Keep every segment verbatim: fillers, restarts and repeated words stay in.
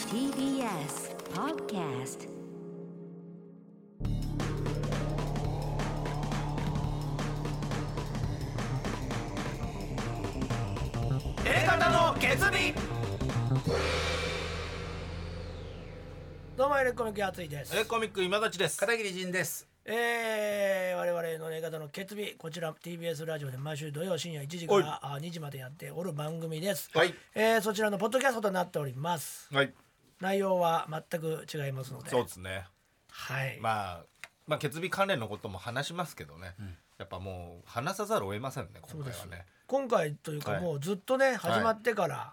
ティービーエス Podcast。 A 型の決意。 どうもエレコミックやついです。 エレコミック今立ちです。 片桐仁です。 えー、我々の A 型の決意、こちら ティービーエス ラジオで毎週土曜深夜いちじからあにじまでやっておる番組です。 はい、 えー、そちらのポッドキャストとなっております。 はい、 内容は全く違いますので。 そうですね。 はい。 まあまあ決意関連のことも話しますけどね、うん、やっぱもう話さざるを得ませんね今回はね。 今回というかもうずっとね、はい、始まってから、はい、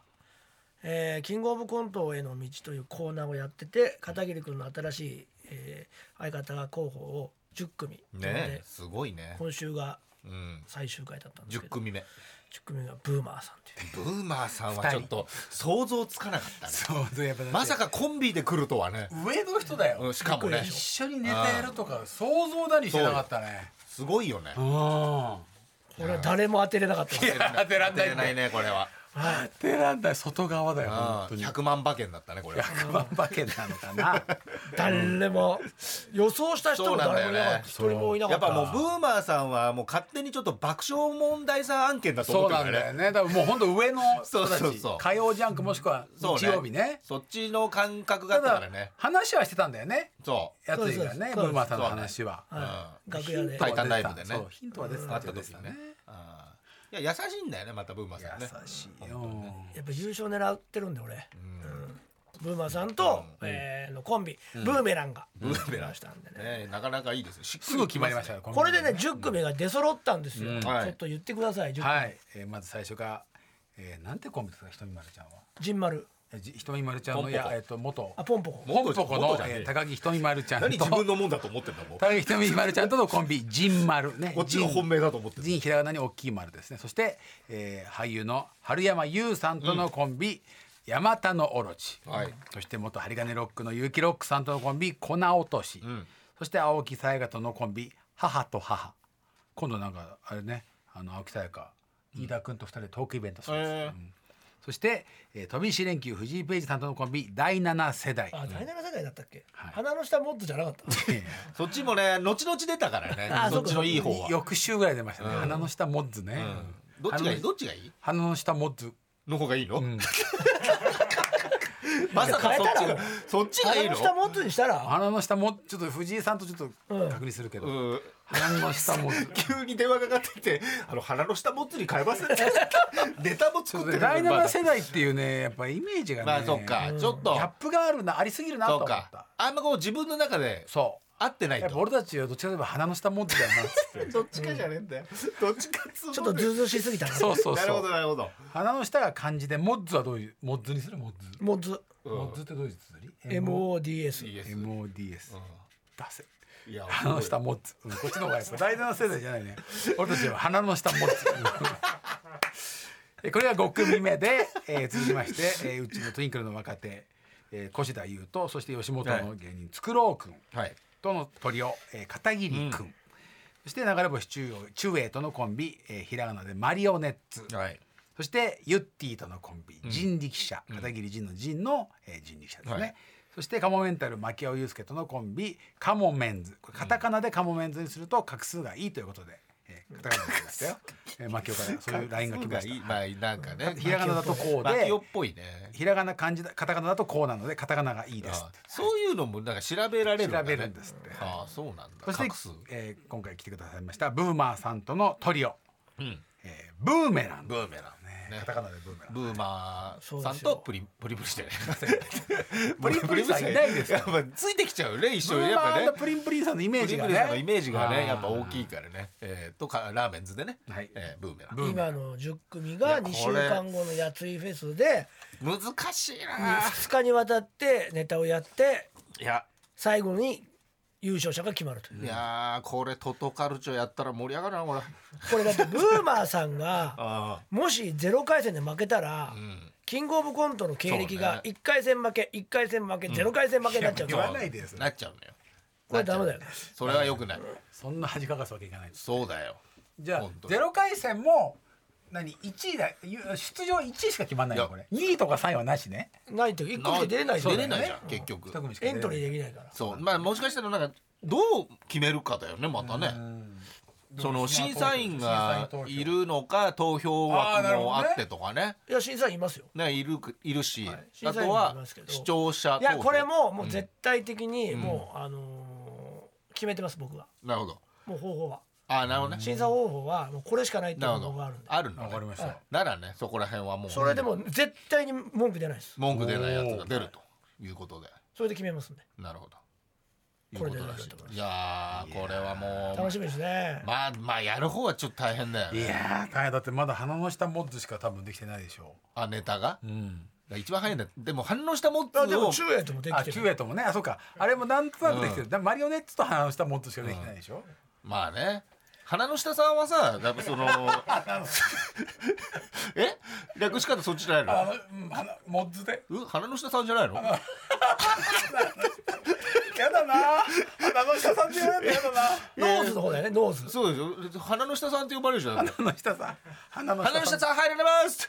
えー、キングオブコントへの道というコーナーをやってて、片桐君の新しい、えー、相方が候補をじゅっくみね、すごいね。 今週が最終回だったんですけど、 じゅっくみめじゅっくみがブーマーさんっていう。 ブーマーさんはちょっと想像つかなかったね。 そうやっぱまさかコンビで来るとはね。 上の人だよ、 うん、しかもね一緒にネタやるとか想像だにしてなかったね。 すごいよね。 これは誰も当てれなかった。 いや当てらんない、 当てれないねこれは。 当てらんない、外側だよ本当に。 ひゃくまん馬券だったねこれ。 ひゃくまん馬券なのかな。 誰も予想した人も誰もいなかった。一人もいなかった。 やっぱもうブーマーさんはもう勝手にちょっと爆笑問題さん案件だと思ってるからね。 そうなんだよね。だからもう本当上の人たち、 そうそうそう、 火曜ジャンクもしくは日曜日 ね, ねそっちの感覚があったからね。 話はしてたんだよね。 そうやついがね、ブーマーさんの話は、 うん、楽屋でタイタンライブでね、 そうヒントは出てたあった時にね。いや優しいんだよねまたブーマーさんね。 優しいよ、ね、 やっぱ優勝狙ってるんで俺、うんうんブーマーさんと、うんえー、のコンビ、うん、ブーメランがブーメランしたんでね, ねなかなかいいですよ。 すぐ決まりましたよ。 これでねじゅっくみが出揃ったんですよ、うん、ちょっと言ってください。じゅっくみ、 はいえー、まず最初が、えー、なんてコンビですか。ひとみまるちゃんはジンマル。 ひとみまるちゃんのや、えー、と元あポンポコポンポコの、えー、高木ひとみまるちゃんと何自分のもんだと思ってんだもん。 高木ひとみまるちゃんとのコンビジンマルね。 こっちが本命だと思ってる。 ジンひらがなに大きい丸ですね。そして、えー、俳優の春山優さんとのコンビ、うん山田のオロチ、はい、そして元針金ロックの結城ロックさんとのコンビ粉落とし、うん、そして青木さやかとのコンビ母と母。今度なんかあれね、あの青木さやか、うん、飯田君とふたりでトークイベントするんです、えーうん、そして、えー、飛び石連休藤井ペイジさんとのコンビだいなな世代。 あ、だいなな世代だったっけ、はい、鼻の下モッズじゃなかったそっちもね後々出たからねそっちのいい方は翌週ぐらい出ましたね、うん、鼻の下モッズね、 うん、どっちがいいどっちがいい鼻の下モッズの方がいいの、うんまさかそっちがそっちがいいの。 鼻の下モッズにしたら鼻の下もちょっと藤井さんとちょっと確認するけど、うん、鼻の下モッズ急に電話かかってきてあの鼻の下モッズに変えますネタも作ってる。 だいなな世代っていうねやっぱイメージがね、 まあそっか、うん、ちょっとギャップがあるなありすぎるなと思った。 あんまこう自分の中でそう合ってないと。 やっぱ俺たちはどっちかといえば鼻の下モッズだよなっつってどっちかじゃねえんだよ、うん、どっちかっつうちょっとズーズーしすぎたなそうそうそうなるほどなるほど。 鼻の下が漢字でモッズはどういうモッズにする。モッズモッズモッズってどういう綴り？ エムオーディーエスエムオーディーエス 出せ。 いや鼻の下モッズ、うん、こっちの方がやっぱだいなな世代じゃないね俺たちは鼻の下モッズこれがご組目で、えー、続きまして、えー、うちのトゥインクルの若手、えー、越田優とそして吉本の芸人つくろうくんとのトリオ、えー、片桐くん、うん、そして流れ星中中英とのコンビ、えー、ひらがなでマリオネッツ、はい、そしてユッティとのコンビ、うん、人力車片桐仁の仁の、えー、人力車ですね、はい、そしてカモメンタル牧尾祐介とのコンビカモメンズ。これカタカナでカモメンズにすると画数がいいということで、えー、カタカナでましたよ、えー、牧尾からそういうラインが来ました。 まあなんかねひらがなだとこうで牧尾っぽいね。 ひらがな漢字だカタカナだとこうなのでカタカナがいいですって。 そういうのもなんか調べられるんだね。 調べるんですって。 ああそうなんだ。 そして、えー、今回来てくださいましたブーマーさんとのトリオ、うんえー、ブーメラン。 ブーメランね、カタカナでブーメラン。 ブーマーさんとプリンプリプリしてプリンプリンさんいないですよ。 やっぱついてきちゃうね一緒に。 やっぱねプリンプリンさんのイメージがねプリンプリンさんのイメージがねやっぱ大きいからね、えー、とかラーメンズでね、はいえー、ブーメラン。 今のじゅっ組がにしゅうかんごのやついフェスで難しいな。 ふつかにわたってネタをやっていや最後に優勝者が決まるという。 いやーこれトトカルチョやったら盛り上がるなこれ。 これだってブーマーさんがもしゼロかい戦で負けたら、うん、キングオブコントの経歴がいっかい戦負けいっかい戦負けゼロかい戦負けになっちゃう。 言わないでよ。 なっちゃうのよ。 これダメだよね。 それは良くない。 そんな恥かかすわけいかない。 そうだよ。 じゃあゼロかい戦も何いちいだ出場いちいしか決まんないのこれにいとかさんいはなしねないといっこしか出れない出れないじゃん結局エントリーできないからそうまあもしかしたらなんかどう決めるかだよねまたねその審査員がいるのか投票枠もあってとかねいや審査員いますよねいるいるし、 はいあとは視聴者投票いやこれももう絶対的にもう、うん、あのー、決めてます僕はなるほどもう方法はあなるほどね審査方法はもうこれしかないっていう方法があるんであるの、ね、 分かりました、はい、 ならねそこら辺はもうそれでも絶対に文句出ないです文句出ないやつが出るということでそれで決めますんでなるほどこれで出してと思います。 いやこれはもう楽しみですね。 まあまあやる方はちょっと大変だよね。 いや大変だってまだ鼻の下モッズしか多分できてないでしょう。 あネタが、 うん、 一番早いんだ。でも鼻の下モッズをでもチューエットもできてる。 あチューエットもねあそうかあれもなんとなくできてる。うん、マリオネットと鼻の下モッズしかできてないでしょ。 うん、まあね。鼻の下さんはさやっぱそのえ略し方そっちじゃないの？ あ鼻モッズで？ う鼻の下さんじゃないの？ やだな鼻の下さんって言われるとやだなノーズの方だよねノーズそうですよ鼻の下さんって呼ばれるじゃん鼻の下さん鼻の下さん鼻の下さん入られます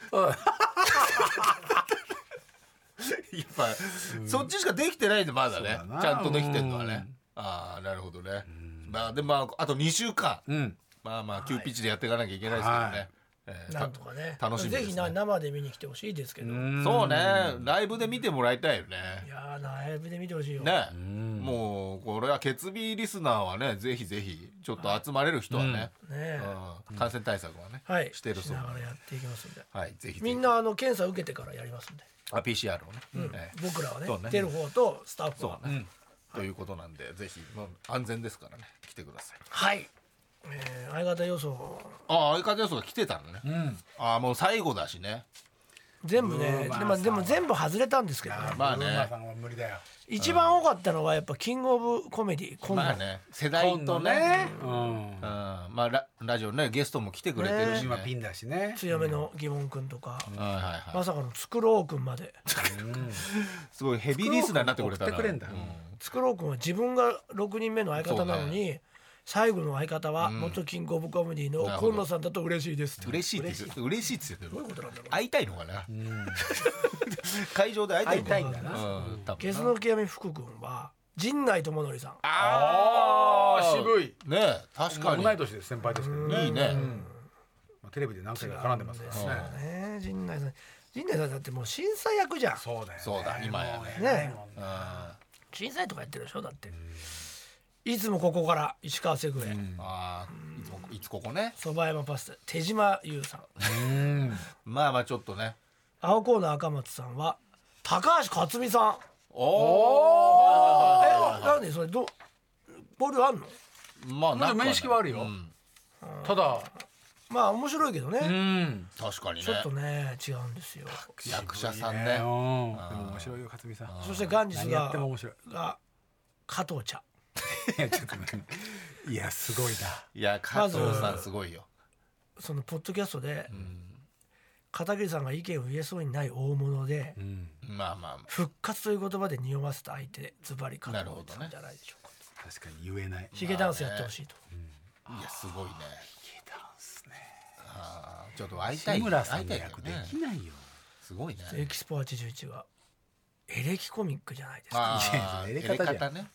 やっぱ、うん、そっちしかできてないんでまだねちゃんとできてるのはねああなるほどねまあでまああとにしゅうかん、うん、まあまあ急ピッチでやっていかなきゃいけないですけどね、はいえー、なんとかね楽しみですね。 ぜひ生で見に来てほしいですけどそうねライブで見てもらいたいよね。 いやライブで見てほしいよねもうこれはケツビリスナーはねぜひぜひちょっと集まれる人はね、うんねうん、感染対策はね、はい、してるそうしながらやっていきますんで、 はい、ぜひぜひみんなあの検査受けてからやりますんであ ピーシーアール をね、 うんえー、 僕らはねね出る方とスタッフはそうね、うん、ということなんでぜひ、まあ、安全ですからね来てください。 はいえー、相方予想ああ相方予想が来てたのね、うん、ああもう最後だしね全部ねでもでも全部外れたんですけどねまあね無理だよ一番多かったのはやっぱキングオブコメディ今度、 まあね世代とね、うんうんうん、まあ ラ, ラジオねゲストも来てくれてるし、ね、 今ピンだしね強めの疑問くんとか、 うんはいはいはい、 まさかのつくろうくんまですごいヘビーリスナーになってくれたなつくろうくんは自分がろくにんめの相方なのに最後の相方は元キングオブコメディの今野さんだと嬉しいです。 嬉しいって言う嬉しいって言ってる。 どういうことなんだろう。 会いたいのかな。会場で会いたい会いたいんだな。 ゲスの極み福君は陣内智則さん。 ああ渋い。 ね確かに。 同い年です先輩ですけどね。いいね。 テレビで何回か絡んでますからね。陣内さん陣内さんだってもう審査役じゃん。 そうだよ。 そうだ今やね。 ね。審査員とかやってるでしょだって。いつもここから石川セグウェイ、うん、 あいつここね蕎麦山パスタ手島優さんうんまあまあちょっとね青コーナー赤松さんは高橋克実さんおおえなんでそれどボールあんのまあなんか、ね、 面識はあるよ、うん、ただまあ面白いけどねうん確かにねちょっとね違うんですよ役者さんねでも面白いよ克実さんそして元日がが加藤茶いやちょっといやすごいな。 いや加藤さんすごいよ。 そのポッドキャストで、うん、片桐さんが意見を言えそうにない大物で、うん、 まあまあ復活という言葉で匂わせた相手ズバリ加藤さんじゃないでしょうか。 確かに言えない。 ヒゲダンスやってほしいと。 まあねうん、いやすごいね。 ヒゲダンスね。 あちょっと会いたい。 志村さんの役できないよ。 すごいね。 エキスポはちじゅういちはエレキコミックじゃないですか。 あエレ方ね。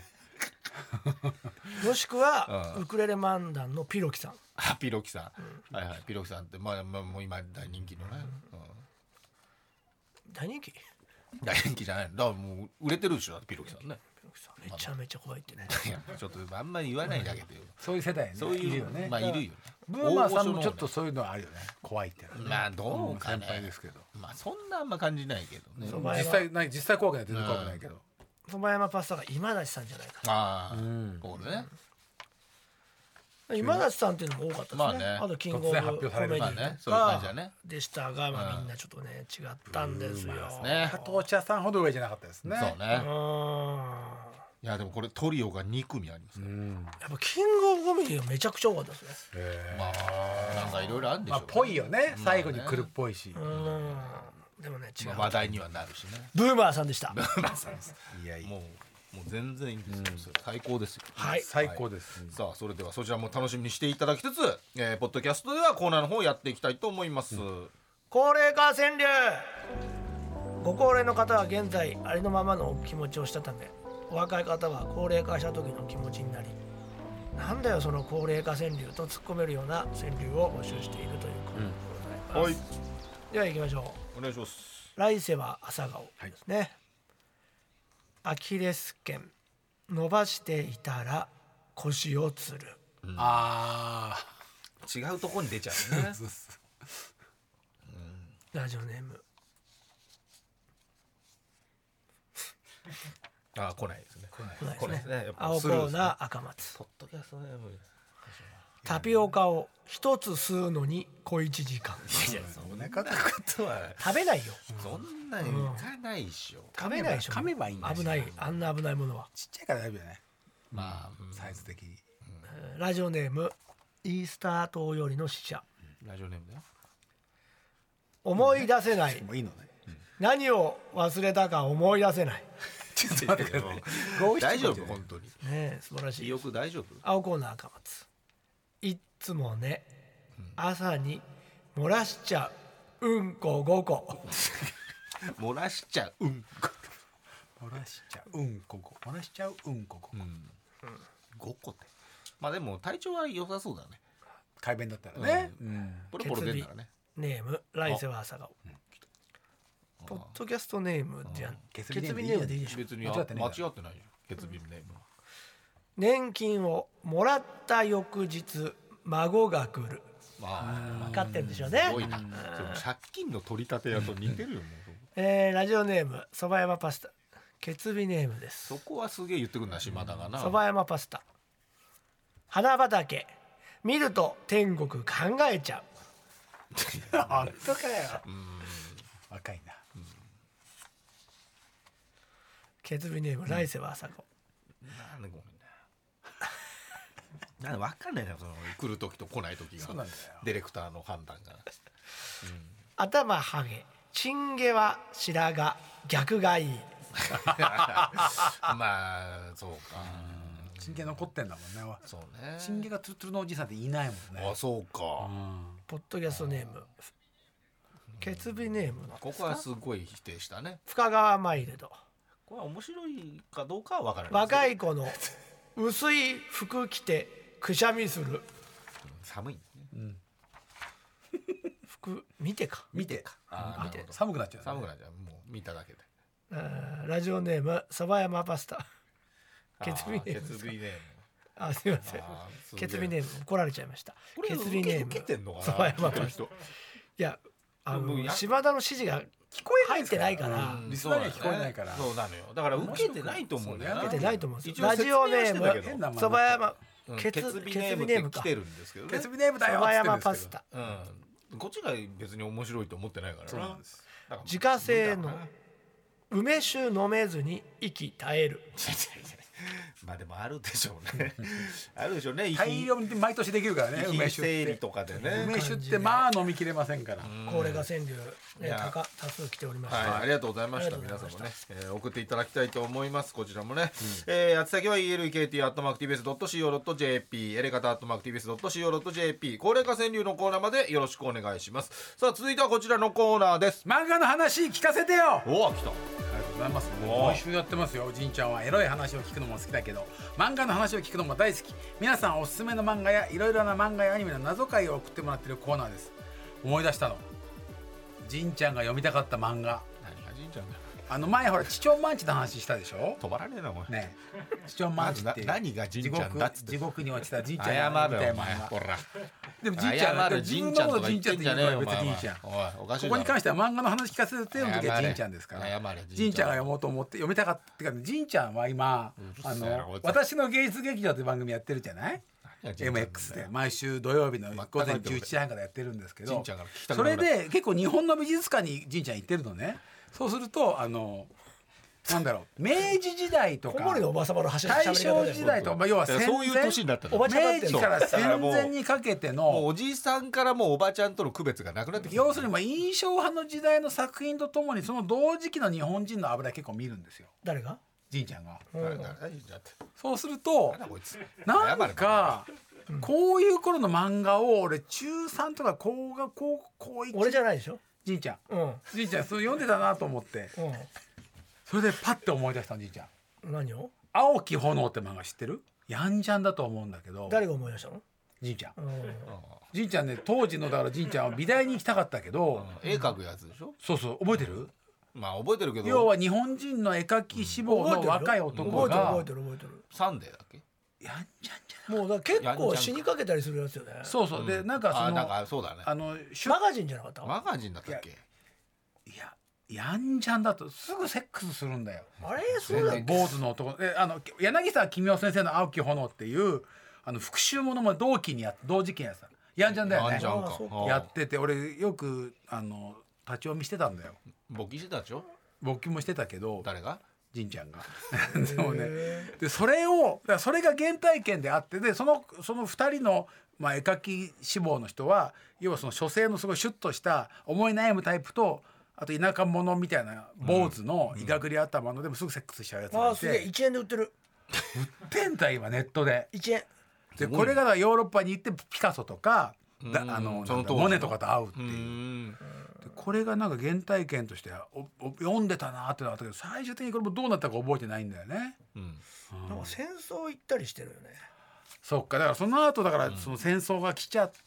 もしくは、うん、ウクレレ漫談のピロキさんあピロキさん、うん、はいはいピロキさんってまあ、まあ、もう今大人気のね、うんうん、 大人気大人気じゃないのだからもう売れてるでしょピロキさんねピロキさんめちゃめちゃ怖いってねいやちょっとあんまり言わないだけで、うん、 そういう世代ねそういういるよねまあいるよねブーマーさんもちょっとそういうのあるよね怖いって、ね、 まあどうかね先輩ですけどまあそんなあんま感じないけどね実際ない実際怖くない全然怖くないけど蕎麦山パスタが今立さんじゃないかああ、うん、そうね、 うん、今立さんっていうのも多かったですね、まあね、あとキングオブコメディとかでしたが、まあ、みんなちょっとね違ったんですよ、 ね、 加藤茶さんほど上じゃなかったですねそうねいやでもこれトリオがに組ありますね、うん、 やっぱキングオブコメディがめちゃくちゃ多かったですねまあなんかいろいろあるんでしょうね、 まあ、ぽいよね最後に来るっぽいし、 うんでもね違う、 まあ、話題にはなるしねブーマーさんでしたブーマーさんですいやいやもうもう全然いいんですよ、うん、最高ですよ。 はい、 最高です、 はい、さあそれではそちらも楽しみにしていただきつつ、えー、ポッドキャストではコーナーの方をやっていきたいと思います、うん、 高齢化川柳。ご高齢の方は現在ありのままのお気持ちをしたため、お若い方は高齢化した時の気持ちになり、なんだよその高齢化川柳と突っ込めるような川柳を募集しているということでございます、うん、はい、では行きましょう。 お願いします。 来世は朝顔ですね、はい、アキレス腱伸ばしていたら腰をつる、 うん、あ違うとこに出ちゃうねうん、 ラジオネームあ来ないですね。 来ないですね。 ですね。 青コーナー赤松。 ポッドキャストネームタピオカを一つ吸うのに小一時間。 いやそんなことは食べないよ。 そんなにいかないでしょ。 食べないでしょ。 噛めばいいんだ。 危ない、あんな危ないものは。 ちっちゃいからだいぶね。 まあサイズ的に。 ラジオネームイースター島よりの使者。 ラジオネームだよ。 思い出せない。 もういいのね。 何を忘れたか思い出せない。 ちょっと待ってください。大丈夫本当に。 ね素晴らしい。 よく大丈夫。 青コーナー赤松。いっつもね、朝に漏らしちゃううんこごこ。 漏らしちゃううんこ。 漏らしちゃううんこご。漏らしちゃううんこご。 ごこって。まあでも体調は良さそうだね。 快便だったらね。 ポロポロ出るからね。 ネーム来世は朝顔。ポッドキャストネームじゃん。ケツビネームでいいでしょ。 別に間違ってないよ。ケツビネームは。 年金をもらった翌日孫が来る。分かってるんでしょうね。 すごいな。借金の取り立て屋と似てるよ。 えー、ラジオネームそば山パスタ。ケツビネームです。 そこはすげえ言ってくるな島田がな。 そば山パスタ。花畑見ると天国考えちゃう。 本当かよ。若いな。 ケツビネーム来世は朝子。 なんでごめんね。なんで分かんないなその来る時と来ない時が。そうなんだよ。ディレクターの判断が。うん、 頭ハゲ、チンゲは白髪、逆がいい。 まあそうか。 チンゲ残ってんだもんね。 そうね。 チンゲがトゥルトゥルのおじさんっていないもんね。 あそうか。 ポッドキャストネーム。ケツビネームの。 ここはすごい否定したね。 深川マイルド。 これは面白いかどうかは分からない。 若い子の薄い服着てくしゃみする。 寒い、ねうん、 服見てか見てかあ見て寒くなっちゃう、ね、 寒くなっちゃうもう見ただけで。 ラジオネームそば山パスタ。ケツビネーム。 ケツビネーム。 あすいません。ケツビネーム怒られちゃいました。ケツビネーム。 受けてんのかな。 そば山パスタ。いやあの島田の指示が聞こえ入ってないから、 リスナーには聞こえないから。 そうなのよ。だから受けてないと思うんだよ。 受けてないと思うんです。ラジオネームそば山ケツビネーム来てるんですけどね。 ケツビネームだよ。 そば山パスタ。 うん。こっちが別に面白いと思ってないからな。 自家製の梅酒飲めずに息絶える。 まあでもあるでしょうね。あるでしょうね。 大量に毎年できるからね。 梅酒整理とかでね。 梅酒ってまあ飲みきれませんから。 高齢化川柳ね多数来ておりました。 はい、ありがとうございました。皆さんもね、えー、送っていただきたいと思います。こちらもね、うん、えー、宛先は イーエルイーケーティー アットマーク ティービーエス ドット シーオー ドット ジェーピー エレカタ アットマーク ティービーエス ドット シーオー ドット ジェーピー 高齢化川柳のコーナーまでよろしくお願いします。さあ続いてはこちらのコーナーです。 漫画の話聞かせてよ。 おお来た。 ありがとうございます。毎週やってますよ。じんちゃんはエロい話を聞くのも好きだけど漫画の話を聞くのも大好き。皆さんおすすめの漫画やいろいろな漫画やアニメの謎解を送ってもらっているコーナーです。思い出したの。じんちゃんが読みたかった漫画。 何がじんちゃんだよ。 あの前ほらチチョンマンチの話したでしょ。 止まらねえなお前。 ねチチョンマンチって何がじんちゃんだっつって地獄に落ちたじんちゃん謝るよお前。ほら。 でもじんちゃん謝るじんちゃんとか言ってんじゃねえよお前。 別にいいじゃん。 おいおかしい。 ここに関しては漫画の話聞かせての時はじんちゃんですから。 謝れじんちゃんが読もうと思って読みたかったってかじんちゃんは今あの私の芸術劇場という番組やってるじゃない。エムエックス で毎週土曜日の午前じゅういちじはんからやってるんですけど、それで結構日本の美術館にじんちゃん行ってるのね。そうするとあのなんだろう明治時代とか大正時代とか要はそういう年になったの。 明治から戦前にかけてのおじいさんからもうおばちゃんとの区別がなくなってきた。 要するにまあ印象派の時代の作品とともにその同時期の日本人の油結構見るんですよ。 誰がじいちゃんが、 うん誰誰誰じいちゃんってそうするとなんだこいつなんかこういう頃の漫画を俺中さんとか高が高高いち俺じゃないでしょ。 じいちゃんうんじいちゃんそれ読んでたなと思ってそれでパッて思い出したのじいちゃんうん。何を？ 青き炎って漫画知ってる？やんちゃんだと思うんだけど誰が思い出したの？ じいちゃんうん。 じいちゃんね当時のだからじいちゃんは美大に行きたかったけど絵描くやつでしょ。 そうそう覚えてる？ まあ覚えてるけど要は日本人の絵描き志望の若い男覚えてるが覚えてる覚えてる。 サンデーだっけ。 やんちゃんじゃないもうだから結構死にかけたりするやつよね。 そうそうでなんかそあなんのかそうだね。 あのシュマガジンじゃなかった？ マガジンだったっけ。 いややんちゃんだとすぐセックスするんだよあれそうだっけ？ 坊主の男であの柳沢君夫先生の青き炎っていうあの復讐ものも同期にや同時期にやってたやんちゃんだよねやんちゃんかあそうああやってて俺よくあの立ち読みしてたんだよ勃起してたでしょ。 勃起もしてたけど誰が。 じんちゃんがでもねでそれをだからそれが原体験であってでそのそのふたりの、まあ、絵描き志望の人は要はその書生のすごいシュッとした思い悩むタイプとあと田舎者みたいな坊主のいがぐり頭のでもすぐセックスしちゃうやつがいああすげえていちえんで売ってる。 売ってんだ今ネットで。 いちえん。 でこれがだからヨーロッパに行ってピカソとかだうんあのその当時のモネとかと会うってういう。 ん。 でこれがなんか原体験としておお読んでたなってのがあったけど最終的にこれもどうなったか覚えてないんだよね。 うん。 なんか戦争行ったりしてるよね。 そっかだからその後だからその戦争が来ちゃって、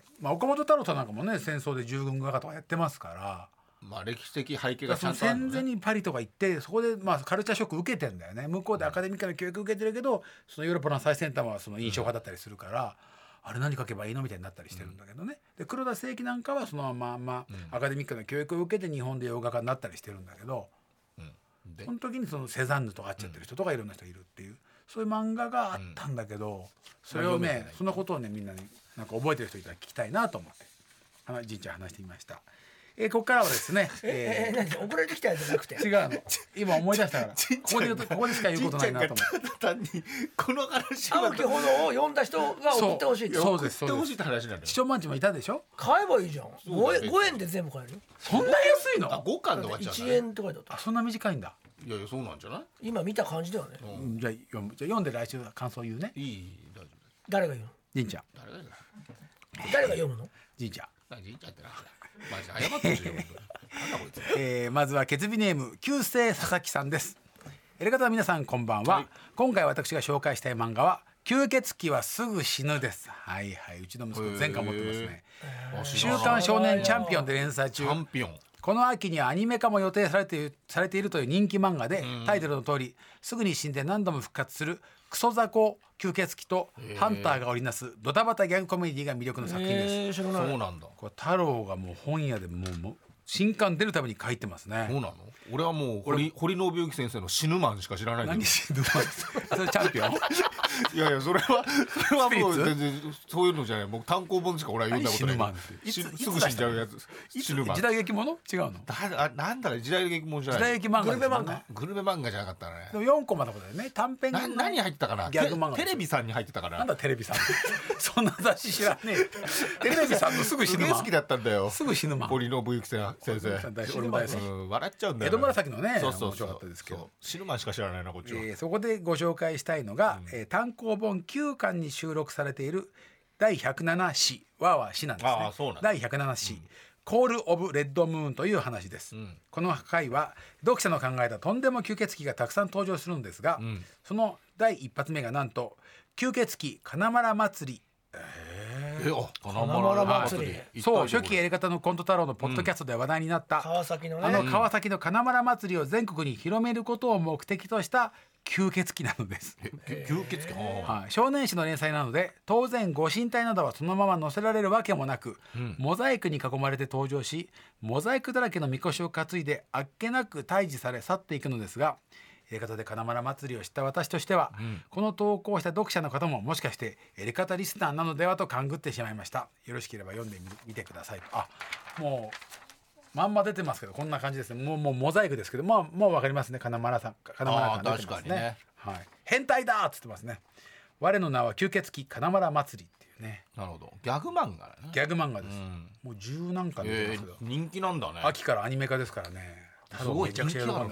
まあ、岡本太郎さんなんかもね戦争で従軍画家とかやってますからまあ歴史的背景だからそのがちゃんとあるのね。 戦前にパリとか行ってそこでまあカルチャーショック受けてんだよね向こうでアカデミックな教育受けてるけどそのヨーロッパの最先端はその印象派だったりするから、あれ何書けばいいのみたいになったりしてるんだけどね、で黒田清輝なんかはそのままアカデミックな教育を受けて日本で洋画家になったりしてるんだけど、 うんでその時にそのセザンヌと会っちゃってる人とかいろんな人いるっていうそういう漫画があったんだけど、それをまあ読めてないねそんなことをねみんなになんか覚えてる人いたら聞きたいなと思ってあのじいちゃん話してみました。えー、ここからはですね、 えええ何送られてきたやつじゃなくて。 ー、違うの今思い出したからここで言うとここでしか言うことないなと思って。 ただ単にこの話は青き炎を読んだ人が送ってほしいって。 そう送ってほしいって話なんだよ。 市長マンチもいたでしょ。 買えばいいじゃん。 そうだよごえんごえんで全部買えるよ。 そんな安いの？ あごかんで終わっちゃうんだね。 いちえんって書いてあったあ。そんな短いんだ。 いやいやそうなんじゃない。 今見た感じではね。 うんじゃあ読むじゃあ読んで来週感想言うね。 いい大丈夫。 誰が言うの？ じいちゃん誰がいいの。 誰が読むの？ じいちゃん。 何じいちゃんってなんだ。マジで謝ってほしいよ。本当になんだこいつ。 えー、まずはケツビネーム旧姓佐々木さんです。エレガタの皆さんこんばんは、 はい、 今回私が紹介したい漫画は吸血鬼はすぐ死ぬです。はいはい、うちの息子前回持ってますね。週刊少年チャンピオンで連載中。 チャンピオン。 この秋にはアニメ化も予定されている、されているという人気漫画で、 うん、 タイトルの通りすぐに死んで何度も復活するクソザコ吸血鬼とハンターが織りなすドタバタギャグコメディが魅力の作品です。 そうなんだ。 これ太郎がもう本屋でもうもう新刊出るたびに書いてますね。 そうなの？俺はもう堀堀信之先生の死ぬマンしか知らないけど。 何死ぬマン？それチャンピオン？ いやいやそれはそれはもう全然そういうのじゃない。もう単行本しか俺は読んだことない。 死ぬマンってすぐ死んじゃうやつ。死ぬマン。 時代劇もの？違うの？ だあなんだろ時代劇もんじゃない。 時代劇漫画。 グルメ漫画。 グルメ漫画じゃなかったね。 でもよんコマのことだよね。短編な何入ってたかな。 ギャグ漫画。 テレビさんに入ってたから。 なんだテレビさん。そんな雑誌知らねえ。テレビさんのすぐ死ぬマン。 好きだったんだよ。 すぐ死ぬマン。 堀信之先生。 俺も大好き。 笑っちゃうんだよ。 江戸紫のね。 そうそう面白かったですけど。 死ぬマンしか知らないなこっちは。 えー、そこでご紹介したいのが、うんえー、単行本きゅうかんに収録されているだいひゃくななしわは詩なんですね。 ああそうなんだ。 だいひゃくななし、うん、コール・オブ・レッドムーンという話です、うん、この回は読者の考えたとんでも吸血鬼がたくさん登場するんですが、うん、その第一発目がなんと吸血鬼金丸祭り。 えー、金丸祭り、そう初期やり方のコント太郎のポッドキャストで話題になった、うん、 川崎のね、 あの川崎の金丸祭りを全国に広めることを目的とした吸血鬼なのです。 吸血鬼、 はい、少年誌の連載なので当然ご神体などはそのまま載せられるわけもなく、うん、モザイクに囲まれて登場しモザイクだらけのみこしを担いであっけなく退治され去っていくのですが、エレカタで金丸祭りを知った私としては、うん、この投稿した読者の方ももしかしてエレカタリスナーなのではと勘ぐってしまいました。よろしければ読んでみてください。あ、もうまんま出てますけどこんな感じですね。もう、もうモザイクですけど、まあ、もう分かりますね。金丸さん金丸さん出てますね。ね、はい、変態だっつってますね。我の名は吸血鬼金丸祭りっていうね。 なるほど。ギャグ漫画ね。 ギャグ漫画です、うん、もう十何巻出てますけど、 えー、人気なんだね。 秋からアニメ化ですからね。 すごいめちゃくちゃ喜んでました。 人気あるね。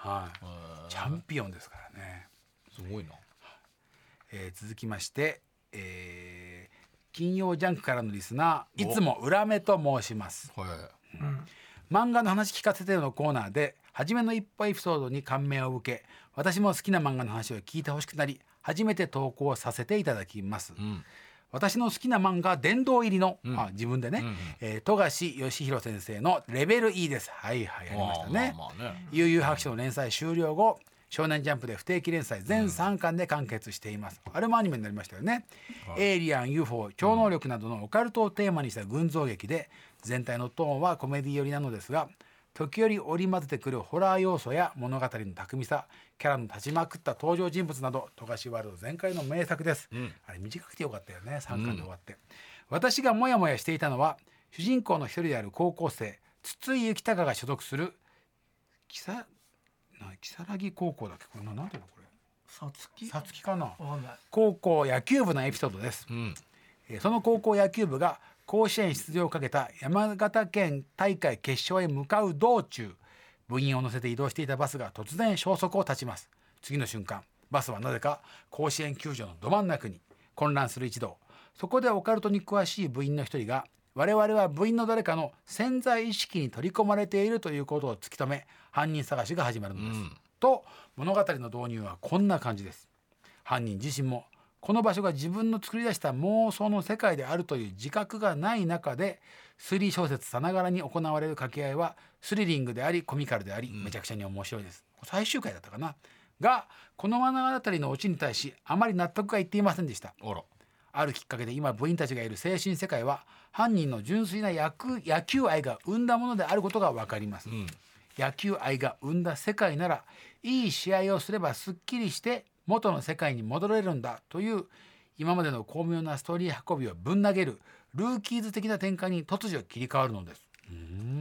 はい、チャンピオンですからね。 すごいな。 えー、続きまして、えー、金曜ジャンクからのリスナーいつも裏目と申します、はい、うん、漫画の話聞かせてのコーナーで初めの一歩エピソードに感銘を受け、私も好きな漫画の話を聞いてほしくなり初めて投稿させていただきます、うん、私の好きな漫画殿堂入りの、うん、あ自分でね、うんうん、えー、富樫義弘先生のレベル E です。はいはい、やりましたね。まあまあね、悠々白書の連載終了後、少年ジャンプで不定期連載全さんかんで完結しています、うん、あれもアニメになりましたよね、はい、エイリアン、ユーフォー、超能力などのオカルトをテーマにした群像劇で、全体のトーンはコメディ寄りなのですが、時折織り交ぜてくるホラー要素や物語の巧みさ、キャラの立ちまくった登場人物など富樫ワールド全開の名作です、うん、あれ短くてよかったよね、さんかんで終わって、うん、私がモヤモヤしていたのは主人公の一人である高校生筒井幸隆が所属する木更木高校だっけ、これ何ていうのこれ、 さつきさつきかな、高校野球部のエピソードです、うん、えー、その高校野球部が甲子園出場をかけた山形県大会決勝へ向かう道中、部員を乗せて移動していたバスが突然消息を絶ちます。次の瞬間、バスはなぜか甲子園球場のど真ん中に。混乱する一同。そこでオカルトに詳しい部員の一人が、我々は部員の誰かの潜在意識に取り込まれているということを突き止め、犯人探しが始まるのです、うん、と物語の導入はこんな感じです。犯人自身もこの場所が自分の作り出した妄想の世界であるという自覚がない中で、推理小説さながらに行われる掛け合いはスリリングでありコミカルであり、めちゃくちゃに面白いです、うん、最終回だったかな。がこの物語のオチに対しあまり納得がいっていませんでした。あら、あるきっかけで今部員たちがいる精神世界は犯人の純粋な野球愛が生んだものであることが分かります、うん、野球愛が生んだ世界ならいい試合をすればすっきりして元の世界に戻れるんだという今までの巧妙なストーリー運びをぶん投げるルーキーズ的な展開に突如切り替わるのです。うん、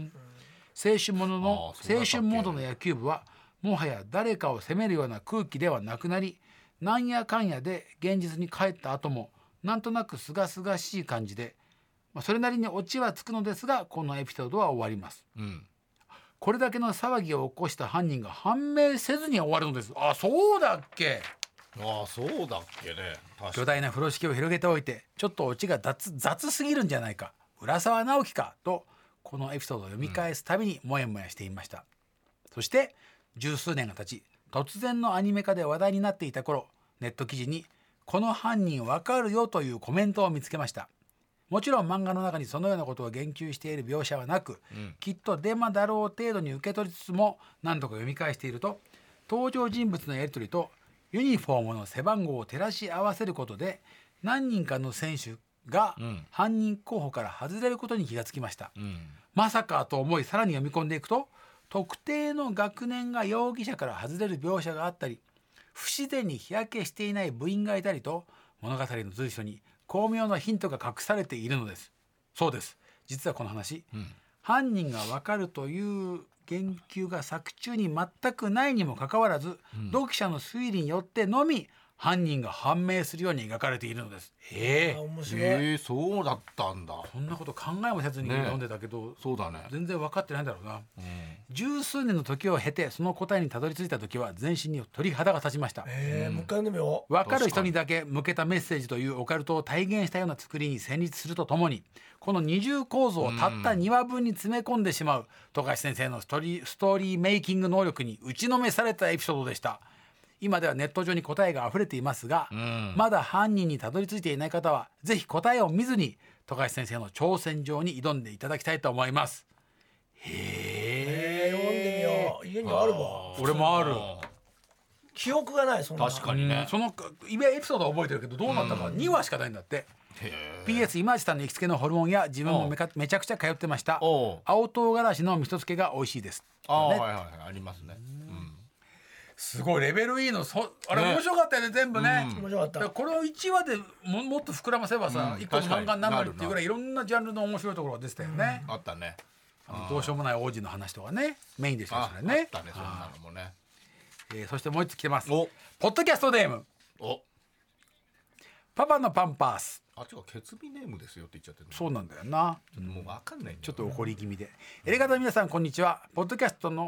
青春ものの青春モードの野球部はもはや誰かを責めるような空気ではなくなり、なんやかんやで現実に帰った後もなんとなくすがすがしい感じで、まあ、それなりにオチはつくのですが、このエピソードは終わります、うん、これだけの騒ぎを起こした犯人が判明せずに終わるのです。あ、そうだっけ。 ああ、そうだっけね。 巨大な風呂敷を広げておいてちょっとオチが 雑, 雑すぎるんじゃないか、浦沢直樹かとこのエピソードを読み返すたびにモヤモヤしていました、うん、そして十数年が経ち、突然のアニメ化で話題になっていた頃、ネット記事にこの犯人わかるよというコメントを見つけました。もちろん漫画の中にそのようなことを言及している描写はなく、うん、きっとデマだろう程度に受け取りつつも何度か読み返していると、登場人物のやり取りとユニフォームの背番号を照らし合わせることで何人かの選手が犯人候補から外れることに気がつきました、うん、まさかと思いさらに読み込んでいくと、特定の学年が容疑者から外れる描写があったり、不自然に日焼けしていない部員がいたりと、物語の随所に巧妙なヒントが隠されているのです。そうです、実はこの話、うん、犯人が分かるという言及が作中に全くないにもかかわらず、うん、読者の推理によってのみ犯人が判明するように描かれているのです。えー、 面白い、 えー、そうだったんだ。 こんなこと考えもせずに読んでたけど、 ね、そうだね、 全然分かってないんだろうな、うん、十数年の時を経てその答えにたどり着いた時は全身に鳥肌が立ちました。 えーうん、もう一回読んでみよう。 分かる人にだけ向けたメッセージというオカルトを体現したような作りに戦慄するとともに、この二重構造をたったにわぶんに詰め込んでしまう富樫先生のストーリー、ストーリーメイキング能力に打ちのめされたエピソードでした。今ではネット上に答えが溢れていますが、うん、まだ犯人にたどり着いていない方はぜひ答えを見ずに富樫先生の挑戦状に挑んでいただきたいと思います。へえ、読んでみよう。家にあるわ。 俺もある。 記憶がない。そんな確かにね、 そのエピソードは覚えてるけどどうなったかにわしかないんだって。ピーエス 今地さんの行きつけのホルモンや自分もめかめちゃくちゃ通ってました。青唐辛子の味噌漬けが美味しいです。 あ、ね、はいはい、ありますね。 すごいレベル E のそあれ面白かったよね、全部ね、 うん、面白かった。 これをいちわで も, もっと膨らませばさ、うん、いっこの漫画になるっていうぐらいいろんなジャンルの面白いところが出てたよね、 うん、あったね。 あのどうしようもない王子の話とかね、メインでしたそれね。 あったね、そんなのもね。 えー、そしてもう一つ来てます。ポッドキャストネーム、おパパのパンパース。 あ、違う、ケツビネームですよって言っちゃってる。 そうなんだよな。 もう分かんないんだよ。 ちょっと怒り気味で。エレガタの皆さんこんにちは。ポッドキャストの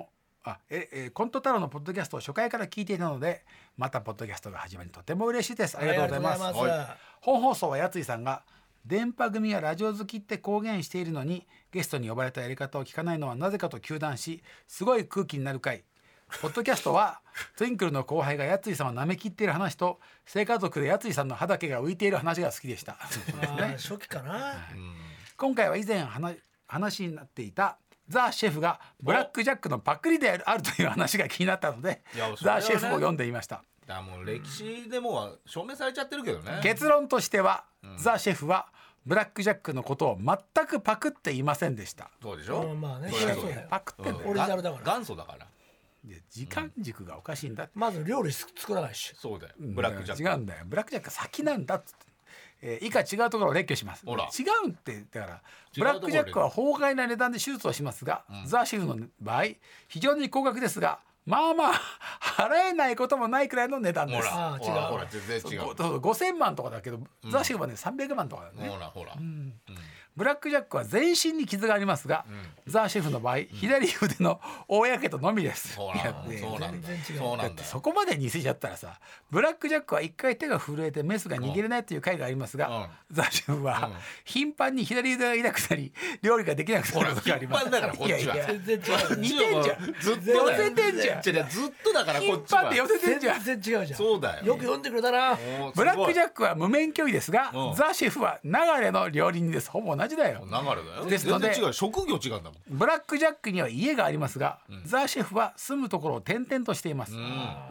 あええコント太郎のポッドキャストを初回から聞いていたので、またポッドキャストが始まりとても嬉しいです。ありがとうございます。 ありがとうございます。 本放送はやついさんが電波組やラジオ好きって公言しているのにゲストに呼ばれたやり方を聞かないのはなぜかと糾弾し、すごい空気になる回。ポッドキャストはトゥインクルの後輩がやついさんを舐めきっている話と聖家族でやついさんの歯だけが浮いている話が好きでした。 あ初期かな、 今回は以前話話になっていたザ・シェフがブラックジャックのパクリであるという話が気になったので、ザ・シェフを読んでいました。 だもう歴史でもう証明されちゃってるけどね。 結論としては、うん、ザ・シェフはブラックジャックのことを全くパクっていませんでした。 そうでしょ、 うん、まあね、 そうだよパクってんだよ、 うん、オリジナルだから元祖だからで時間軸がおかしいんだって、 まず料理作らないし。 そうだよブラックジャック、 違うんだよ、ブラックジャックが先なんだっつって、えー、以下違うところを列挙します。 ほら違うんってだからブラックジャックは法外な値段で手術をしますが、うん、ザ・シェフの場合非常に高額ですが、まあまあ払えないこともないくらいの値段です。 ほらほらほら全然違う。 ごせんまんとかだけど、うん、ザ・シェフはねさんびゃくまんとかだね。 ほらほら、うんうんブラックジャックは全身に傷がありますが、うん、ザ・シェフの場合、うん、左腕の大やけどのみです。 そうなんだ。そうなんだ。 そこまで似せちゃったらさ、ブラックジャックは一回手が震えてメスが握れないという回がありますが、うん、ザ・シェフは、うん、頻繁に左腕が痛くなり料理ができなくなることがあります。 頻繁だからこっちは。 全然違う。 似てんじゃん。 ずっと寄せてんじゃん。 ずっとだからこっちは。 頻繁で寄せてんじゃん。 全然違うじゃん。 そうだよ。 よく読んでくれたな。 ブラックジャックは無免許医ですが、ザ・シェフは流れの料理人です。ほぼ同じだよ。 流れですので全然違う、職業違うんだもん。 ブラックジャックには家がありますが、うん、ザ・シェフは住むところを転々としています。うん、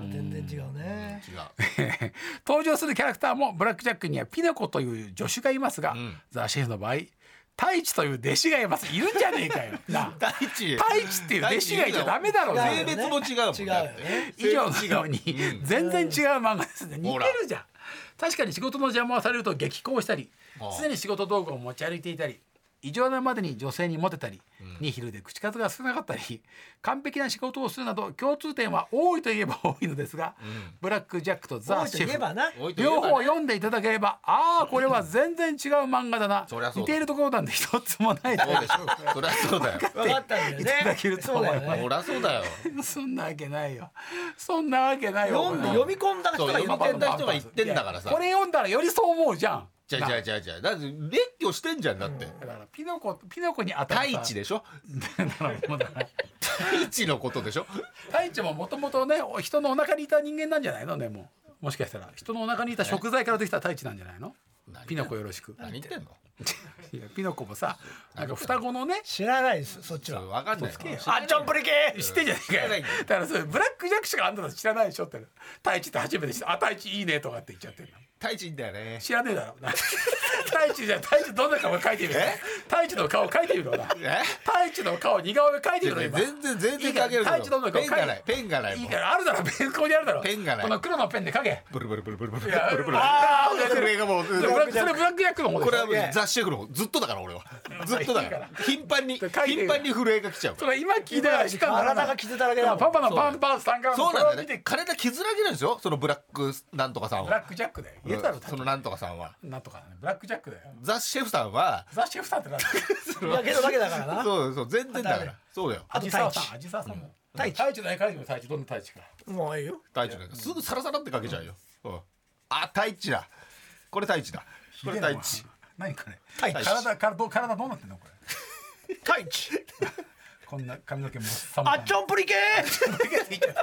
全然違うね。 違う登場するキャラクターもブラックジャックにはピノコという助手がいますが、うん、ザ・シェフの場合太一という弟子がいます。いるんじゃねえかよな太一太一っていう弟子がいちゃダメだろう。 性別も違うもん。違うよね。 以上のように全然違う漫画ですね。似てるじゃん。確かに仕事の邪魔をされると激高したり、常に仕事道具を持ち歩いていたり、異常なまでに女性にモテたり、うん、ニヒルで口数が少なかったり、完璧な仕事をするなど共通点は多いといえば多いのですが、うん、ブラックジャックとザ・シェフ両方読んでいただければ、ああこれは全然違う漫画だな、似ているところなんて一つもないとそうでしょ。そりゃそうだよ。 分かったんだよね。 いただけると思います。 そりゃそうだよ。 そんなわけないよ。そんなわけないよ。 読んで読み込んだ人が言ってんだ人が言ってんだからさ。 これ読んだらよりそう思うじゃん。 じゃじゃじゃじゃだって列挙してんじゃんだって。 だからピノコピノコに当たる太一でしょ。太一のことでしょ。 太一ももともとね人のお腹にいた人間なんじゃないのね。もうもしかしたら人のお腹にいた食材からできた太一なんじゃないの。ピノコよろしく。 何言ってんの。 いやピノコもさなんか双子のね知らないですそっちは。 分かんない。 あっちょんプリケ知ってんじゃねえかよ。だからそれブラックジャックしかあんたたち知らないでしょって。太一って初めて知った。あ太一いいねとかって言っちゃってるの。 太一いいんだよね。 知らねえだろ。太一じゃ太一どんな顔描いてみる。太一の顔描いてみるな。太一の顔似顔絵描いてみる。 全然全然描ける。 太一どんな顔ペンがない。ペンがない。 いいからあるだろ。ペンここにあるだろ。 ペンがない。 この黒のペンで描け。 ブルブルブルブルブルブルブルブル。 ああそれがもうそれブラックジャックの方です。 これはザ・シェフの方ずっとだから俺は。ずっとだから頻繁に頻繁に震えが来ちゃう。 それ今聞いたらしか体が傷だらけだ。 パパのパンパンさんからそうなんだね。体傷だらけなんですよ。そのブラックなんとかさんは。 ブラックジャックだよ。言えたろ。 そのなんとかさんは。 なんとかブラックジャックだよ。 ザ・シェフさんは。 ザ・シェフさんってなんだ。 やけどだけだからな。 そうそう全然だから。そうだよ。 あと太一。アジサワさんも。太一。太一の絵描いても太一どんな太一か。 もういいよ。 太一なんかすぐサラサラって描けちゃうよ。あ太一だ。これ太一だ。これ太一。 何これ。体体ど体どうなってんのこれ。 太一。 こんな髪の毛もあっちょんプリケあっちょんプリケ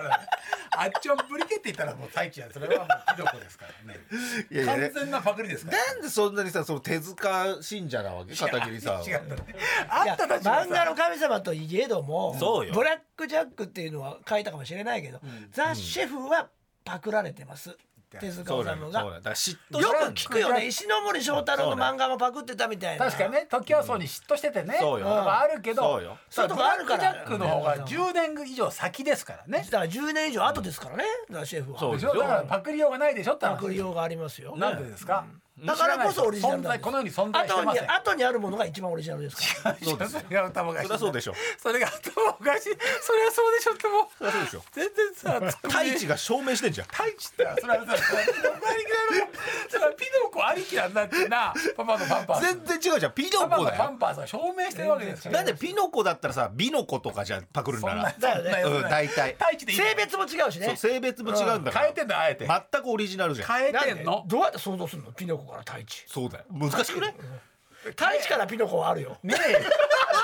って言ったらもう太一や。それはもうキノコですからね。いやいや完全なパクリですから。 なんでそんなにさその手塚信者なわけ片桐さん。 違うんだね。あんたたち漫画の神様といえどもそうよブラックジャックっていうのは書いたかもしれないけど、ザ・シェフはパクられてます。手塚治虫がよく聞くよね。石森章太郎の漫画もパクってたみたいな。 確かにねトキワ荘に嫉妬しててね。そうよ。あるけどそういうとこあるから。 ブラックジャックの方がじゅうねん以上先ですからね。 だからじゅうねん以上後ですからね。ザ・シェフは。 そうでしょ。だからパクリようがないでしょ。 パクリようがありますよ。 なんでですか。 だからこそオリジナルなんです。 この世に存在してません。 後に後にあるものが一番オリジナルですから。 そうですよ。 それが頭おかしい。 そりゃそうでしょ。 それが頭おかしい。それはそうでしょってもう。 そりゃそうでしょ。 全然さ、 太一が証明してんじゃん。 太一ってそれはさ、それはそれはピノコありきなんだってな。パパのパンパース。 全然違うじゃん。ピノコだよ。 パパのパンパースが証明してるわけですよ。 なんでピノコだったらさ、ビノコとかじゃパクるんなら。 だよね。 うん、大体。 太一でいい。 性別も違うしね。 性別も違うんだから。 変えてんだあえて。 全くオリジナルじゃん。 変えてんの。 どうやって想像するの？ピノコから太一。 そうだよ。難しくね。 太一からピノコはあるよ。 ねえ。ね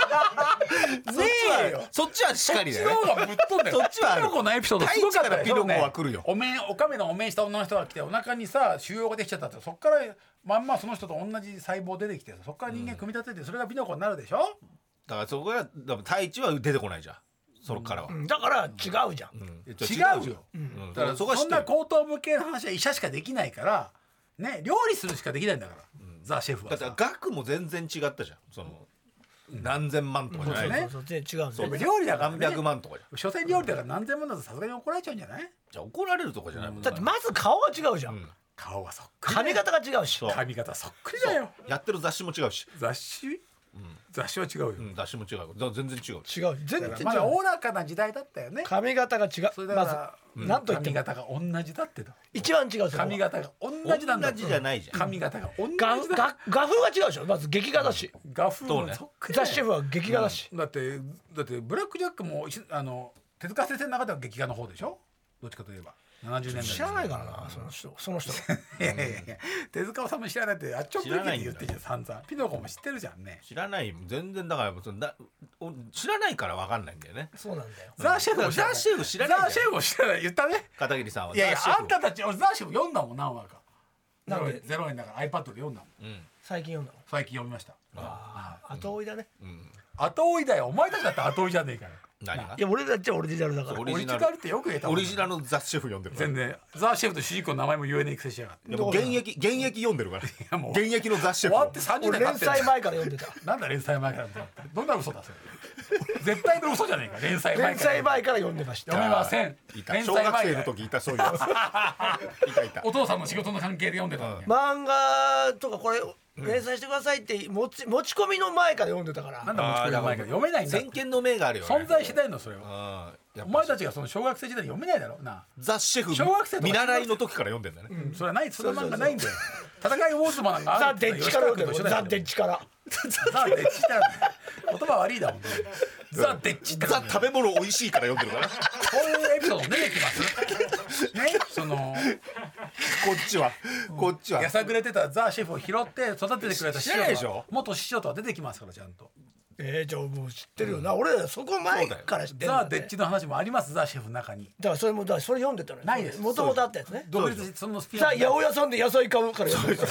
えよ。そっちはしっかりだよ。 そっちの方がぶっ飛んだよ。 そっちはある。 ピノコのエピソードすごかったよね。 ピノコは来るよ。 お面おかめのお面した女の人が来てお腹にさ腫瘍ができちゃったってそっからまんまその人と同じ細胞出てきてそっから人間組み立ててそれがピノコになるでしょ。 だからそこが太一は出てこないじゃん。そこからは。 だから違うじゃん。 違うよ。だからそんな高等無形の話は医者しかできないからね料理するしかできないんだから。ザ・シェフはだって額も全然違ったじゃん。その何千万とかじゃないね。 そう全然違うんだよ。 料理だから何百万とかじゃん。 所詮料理だから何千万だとさすがに怒られちゃうんじゃない？ じゃあ怒られるとかじゃないもん。 だってまず顔が違うじゃん。 顔がそっくり。 髪型が違うし。 髪型そっくりだよ。 やってる雑誌も違うし。 雑誌？雑誌は違うよ。 雑誌も違う。全然違う。 違う。全然違う。 まだおおらかな時代だったよね。 髪型が違う。まず何と言っても髪型が同じだってと。 一番違う。 髪型が同じなんだ。 同じじゃないじゃん。 髪型が同じだ。画画風が違うでしょ。まず劇画だし。 画風もそっくり。 ザ・シェフは劇画だし。 だってだってブラックジャックもあの手塚先生の中では劇画の方でしょ。どっちかといえば。ななじゅうねんだい知らないからなその人その人。 いやいやいや手塚治虫知らないってあっちょっと言ってじゃん散々。ピノコも知ってるじゃんね。 知らない全然だからそのだ知らないから分かんないんだよね。 そうなんだよ。 ザ・シェフもザ・シェフ知らない。 ザ・シェフも知らない言ったね。 片桐さんは。 いやいやあんたたちザ・シェフ読んだもん何話か。 なんでゼロえんだから iPad で読んだもん。 最近読んだの。 最近読みました。 ああ後追いだね。 後追いだよお前たちだって後追いじゃねえから。 何が？ いや俺たちはオリジナルだから。 オリジナルってよく言えたもん。 オリジナルのザ・シェフ読んでるから。 全然ザ・シェフと主人公の名前も言えねえくせしやがって。 でも現役現役読んでるから。 いやもう現役のザ・シェフ。 終わってさんじゅうねん経ってる。 連載前から読んでた。 なんだ連載前からってどんな嘘だそれ。絶対の嘘じゃねえか連載前から。 連載前から読んでました。 読めません。 小学生の時いたそういうやつ。いたいた。 お父さんの仕事の関係で読んでたのに。 漫画とかこれ連載してくださいって持ち持ち込みの前から読んでたから。 なんだ持ち込みの前から読めないんだ。 先見の明があるよね。 存在しないのそれは。お前たちがその小学生時代に読めないだろうな。 ザ・シェフ小学生見習いの時から読んでんだね。 それはないそれは漫画ないんだよ。戦いウォーズマンがザ・デッチから読んでる。ザ・デッチから。 ザ・デッチだよ。言葉悪いだもんね。ザ・デッチってザ・食べ物美味しいから読んでるから。 こういうエピソード出てきますね。そのこっちはこっちはやさぐれてたザ・シェフを拾って育ててくれた師知らないでしょ。 元師匠とは出てきますからちゃんと。 えー、じゃあもう知ってるよな、俺らそこ前から知ってるんだ、ね、 ザ・デッチの話もありますザ・シェフの中に。 だからそれもだからそれ読んでたのよ。 ないです。 もともとあったやつね。 独立そのスピンザ・八百屋さんで野菜買うから読んでた。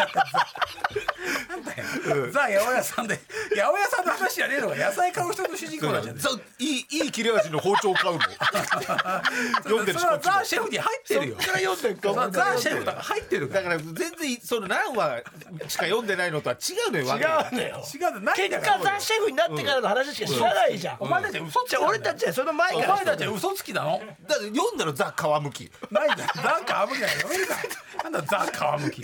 なんだよ、ザ・八百屋さんで八百屋さんの話じゃねえのか。野菜買う人の主人公なんじゃねえ。いいいい切れ味の包丁を買うの。読んでるし。 それはザ・シェフに入ってるよ。 そっから読んでるか。 ザ・シェフだから入ってるだから全然その何話しか読んでないのとは違うのよ。 違うのよ。 違うのないんだ結果ザ・シェフになってからの話しか知らないじゃん。 お前たちは嘘つき。 俺たちはその前から。 お前たちは嘘つきなの。 だって読んだのザ・皮むき。 ないんだよ。ザ・皮むきだよ。なんだザ・皮むき。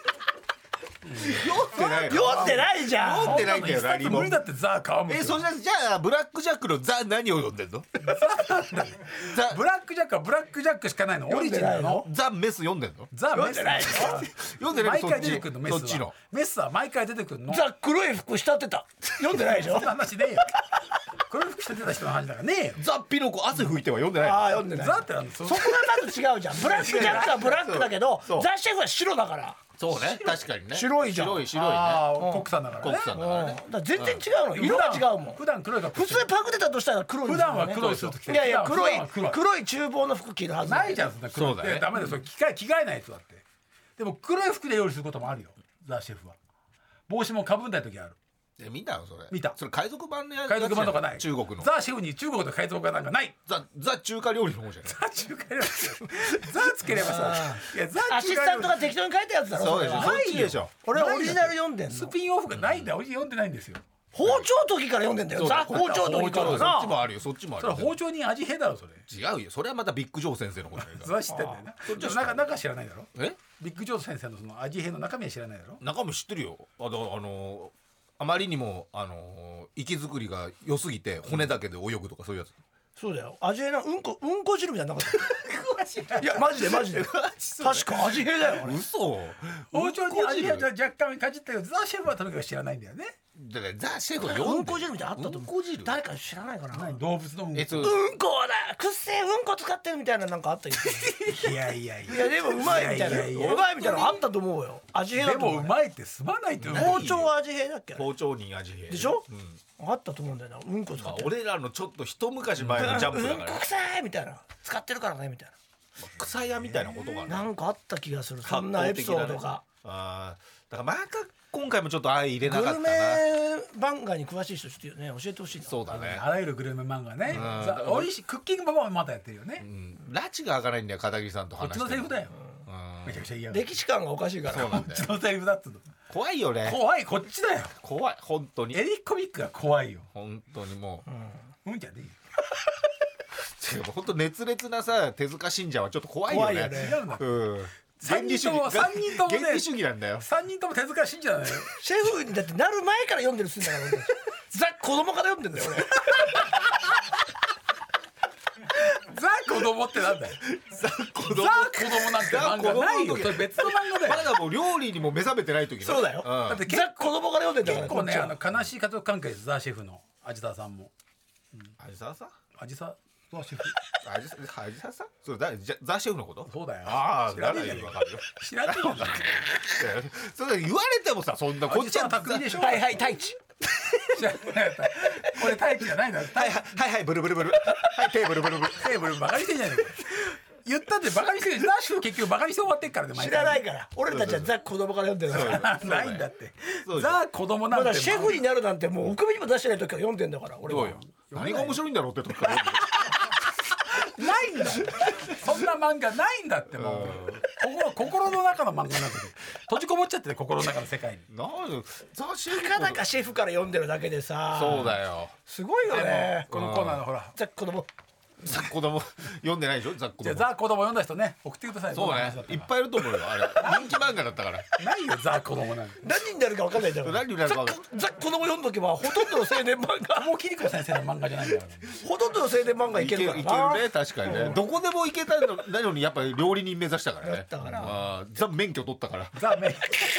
読んでないじゃん。 読んでないんだよ何も。 無理だってザ・皮むき。 えそれじゃあブラックジャックのザ何を読んでんの？ ザブラックジャックはブラックジャックしかないの。オリジナルのザ・メス読んでんの？ ザ・メス読んでない毎回出てくるのメスは。 そっちのメスは毎回出てくるの。 ザ・黒い服したってた。読んでないでしょ。 そんな話ねえよ。黒い服してた人の話だからねえよ。 ザ・ピノコ汗拭いては読んでない。 ああ読んでない。 ザってなんです。 そこがまず違うじゃん。ブラックジャックはブラックだけどザ・シェフは白だから。 そうね確かにね。 白いじゃん。 白い白いね。 ああコックさんだからね。 コックさんだからね。 だから全然違うの。色が違うもん。 普段黒いから普通パクってたとしたら黒い。 普段は黒いスーツ着てる。 いやいや黒い黒い黒い厨房の服着るはず。 ないじゃんそんな黒い。 そうだね。 ダメだよそれ着替え着替えないとだって。でも黒い服で料理することもあるよザ・シェフは。帽子もかぶんない時ある。 見たのそれ。 見た。 それ海賊版のやつ。 海賊版とかない。 中国の。 ザ・シェフに中国の海賊版なんかない。 ザ・ザ中華料理の方じゃない。 ザ・中華料理。ザつければさ。いやザアシスタントが適当に書いたやつだろ。 そうでしょ。そっちでしょ。 俺はオリジナル読んでんの。 スピンオフがないんだよ。俺読んでないんですよ。 包丁時から読んでんだよ。ザ包丁時からそな。 っちもあるよそっちもあるよ。 それは包丁に味変だろそれ。 違うよそれはまたビッグジョー先生のことだそれは知ってんだよな。でも中中知らないだろ。 えビッグジョー先生のその味変の中身は知らないだろ。 中身知ってるよ。あのあのあまりにもあの息作りが良すぎて骨だけで泳ぐとかそういうやつ。 そうだよ。味変なうんこうんこ汁みたいなのなかったいやマジでマジで確か味変だよ。 嘘。 包丁に味変は若干かじったけどザ・シェフはとにかく知らないんだよね。 だからザ・シェフはうんこ汁みたいなのあったと思う。 うんこ汁誰か知らないかな。 動物のうんこ。 えっとうんこだくっせえうんこ使ってるみたいななんかあったよ。 いやいやいや。 いやでもうまいみたいないやいやいやうまいみたいなのあったと思うよ。味変だでと思う。 もうまいってすまないって。 包丁は味変だっけ。 包丁に味変でしょ、 うん、 あったと思うんだよな。うんこ使まあってる。 俺らのちょっと一昔前のジャンプだうんこから、 臭いみたいな使ってるからねみたい草屋みたいなことがななんかあった気がする。そんなエピソードが。 あーだからまた今回もちょっと相入れなかったな。 グルメ漫画に詳しい人ちょっとね教えてほしいな。 そうだね。 あらゆるグルメ漫画ね。 んざおいしいクッキングパパもまたやってるよね。 うん拉致が開かないんだよ片桐さんとこっ話しても。 ちのセリフだよ。 うんめちゃくちゃ嫌だ。 歴史観がおかしいから。 そうなんだよこっちのセリフだっつうの。 怖いよね。 怖いこっちだよ。 怖い本当にエリックコミックが怖いよ。 本当にもう、 うんじゃねえよ。 違う本当熱烈なさ手塚信者はちょっと怖いよね。 怖いよね違うんだ。 うん。 三人とも三人ともね原理主義なんだよ。 三人とも手塚信者だよ。 シェフにだってなる前から読んでるすんだから俺たちザ子供から読んでんだよ俺。 ザ子供ってなんだよ。 ザ子供ザ子供なんて漫画ないよ。それ別の漫画だよ。 まだもう料理にも目覚めてない時ね。 そうだよんだってザ子供から読んでんだから結構ねあこっちはの悲しい家族関係ですザシェフの味田さんも。 味沢さん味さザシェフ。 味沢味沢さんそれ誰じゃザシェフのこと。 そうだよ。 ああ知らねえじゃねえかわかるよ。 知らねえじゃねえか。 それ言われてもさそんなこっちは味沢匠でしょ。 はいはい太一知らねえ。これ大気じゃないんだ。 はいはいはいはいブルブルブルはいテーブルブルブルテーブルバカにしてんじゃねえか。言ったってバカにしてる。ザシェフ結局バカにして終わってっからね。 知らないから俺たちはザ子供から読んでるからないんだってそう。 ザ子供なんて。 まだシェフになるなんてもうお首にも出してない時から読んでんだから俺は。 どうよ何が面白いんだろうってとこから読んでないんだ。そんな漫画ないんだってもう。心心の中の漫画なんだけど閉じこもっちゃってね心の中の世界に。 なんでザシェフたかだかシェフから読んでるだけでさ。 そうだよすごいよね。 このコーナーのほら。 ザ子供ザ子供読んでないでしょザ子じゃ供あザ子供読んだ人ね送ってください。 そうねいっぱいいると思うよあれ人気漫画だったからいないよザ子供なんて。 何になるか分かんないんだから。 何になるか分かんザザ子供読んどけばほとんどの青年漫画もう桐子先生の漫画じゃないんだから。 ほとんどの青年漫画いいけるいけけるからな。 るね確かにねどこでもいけたのなのにやっぱり料理人目指したからねやったからあーザ免許取ったからザ免許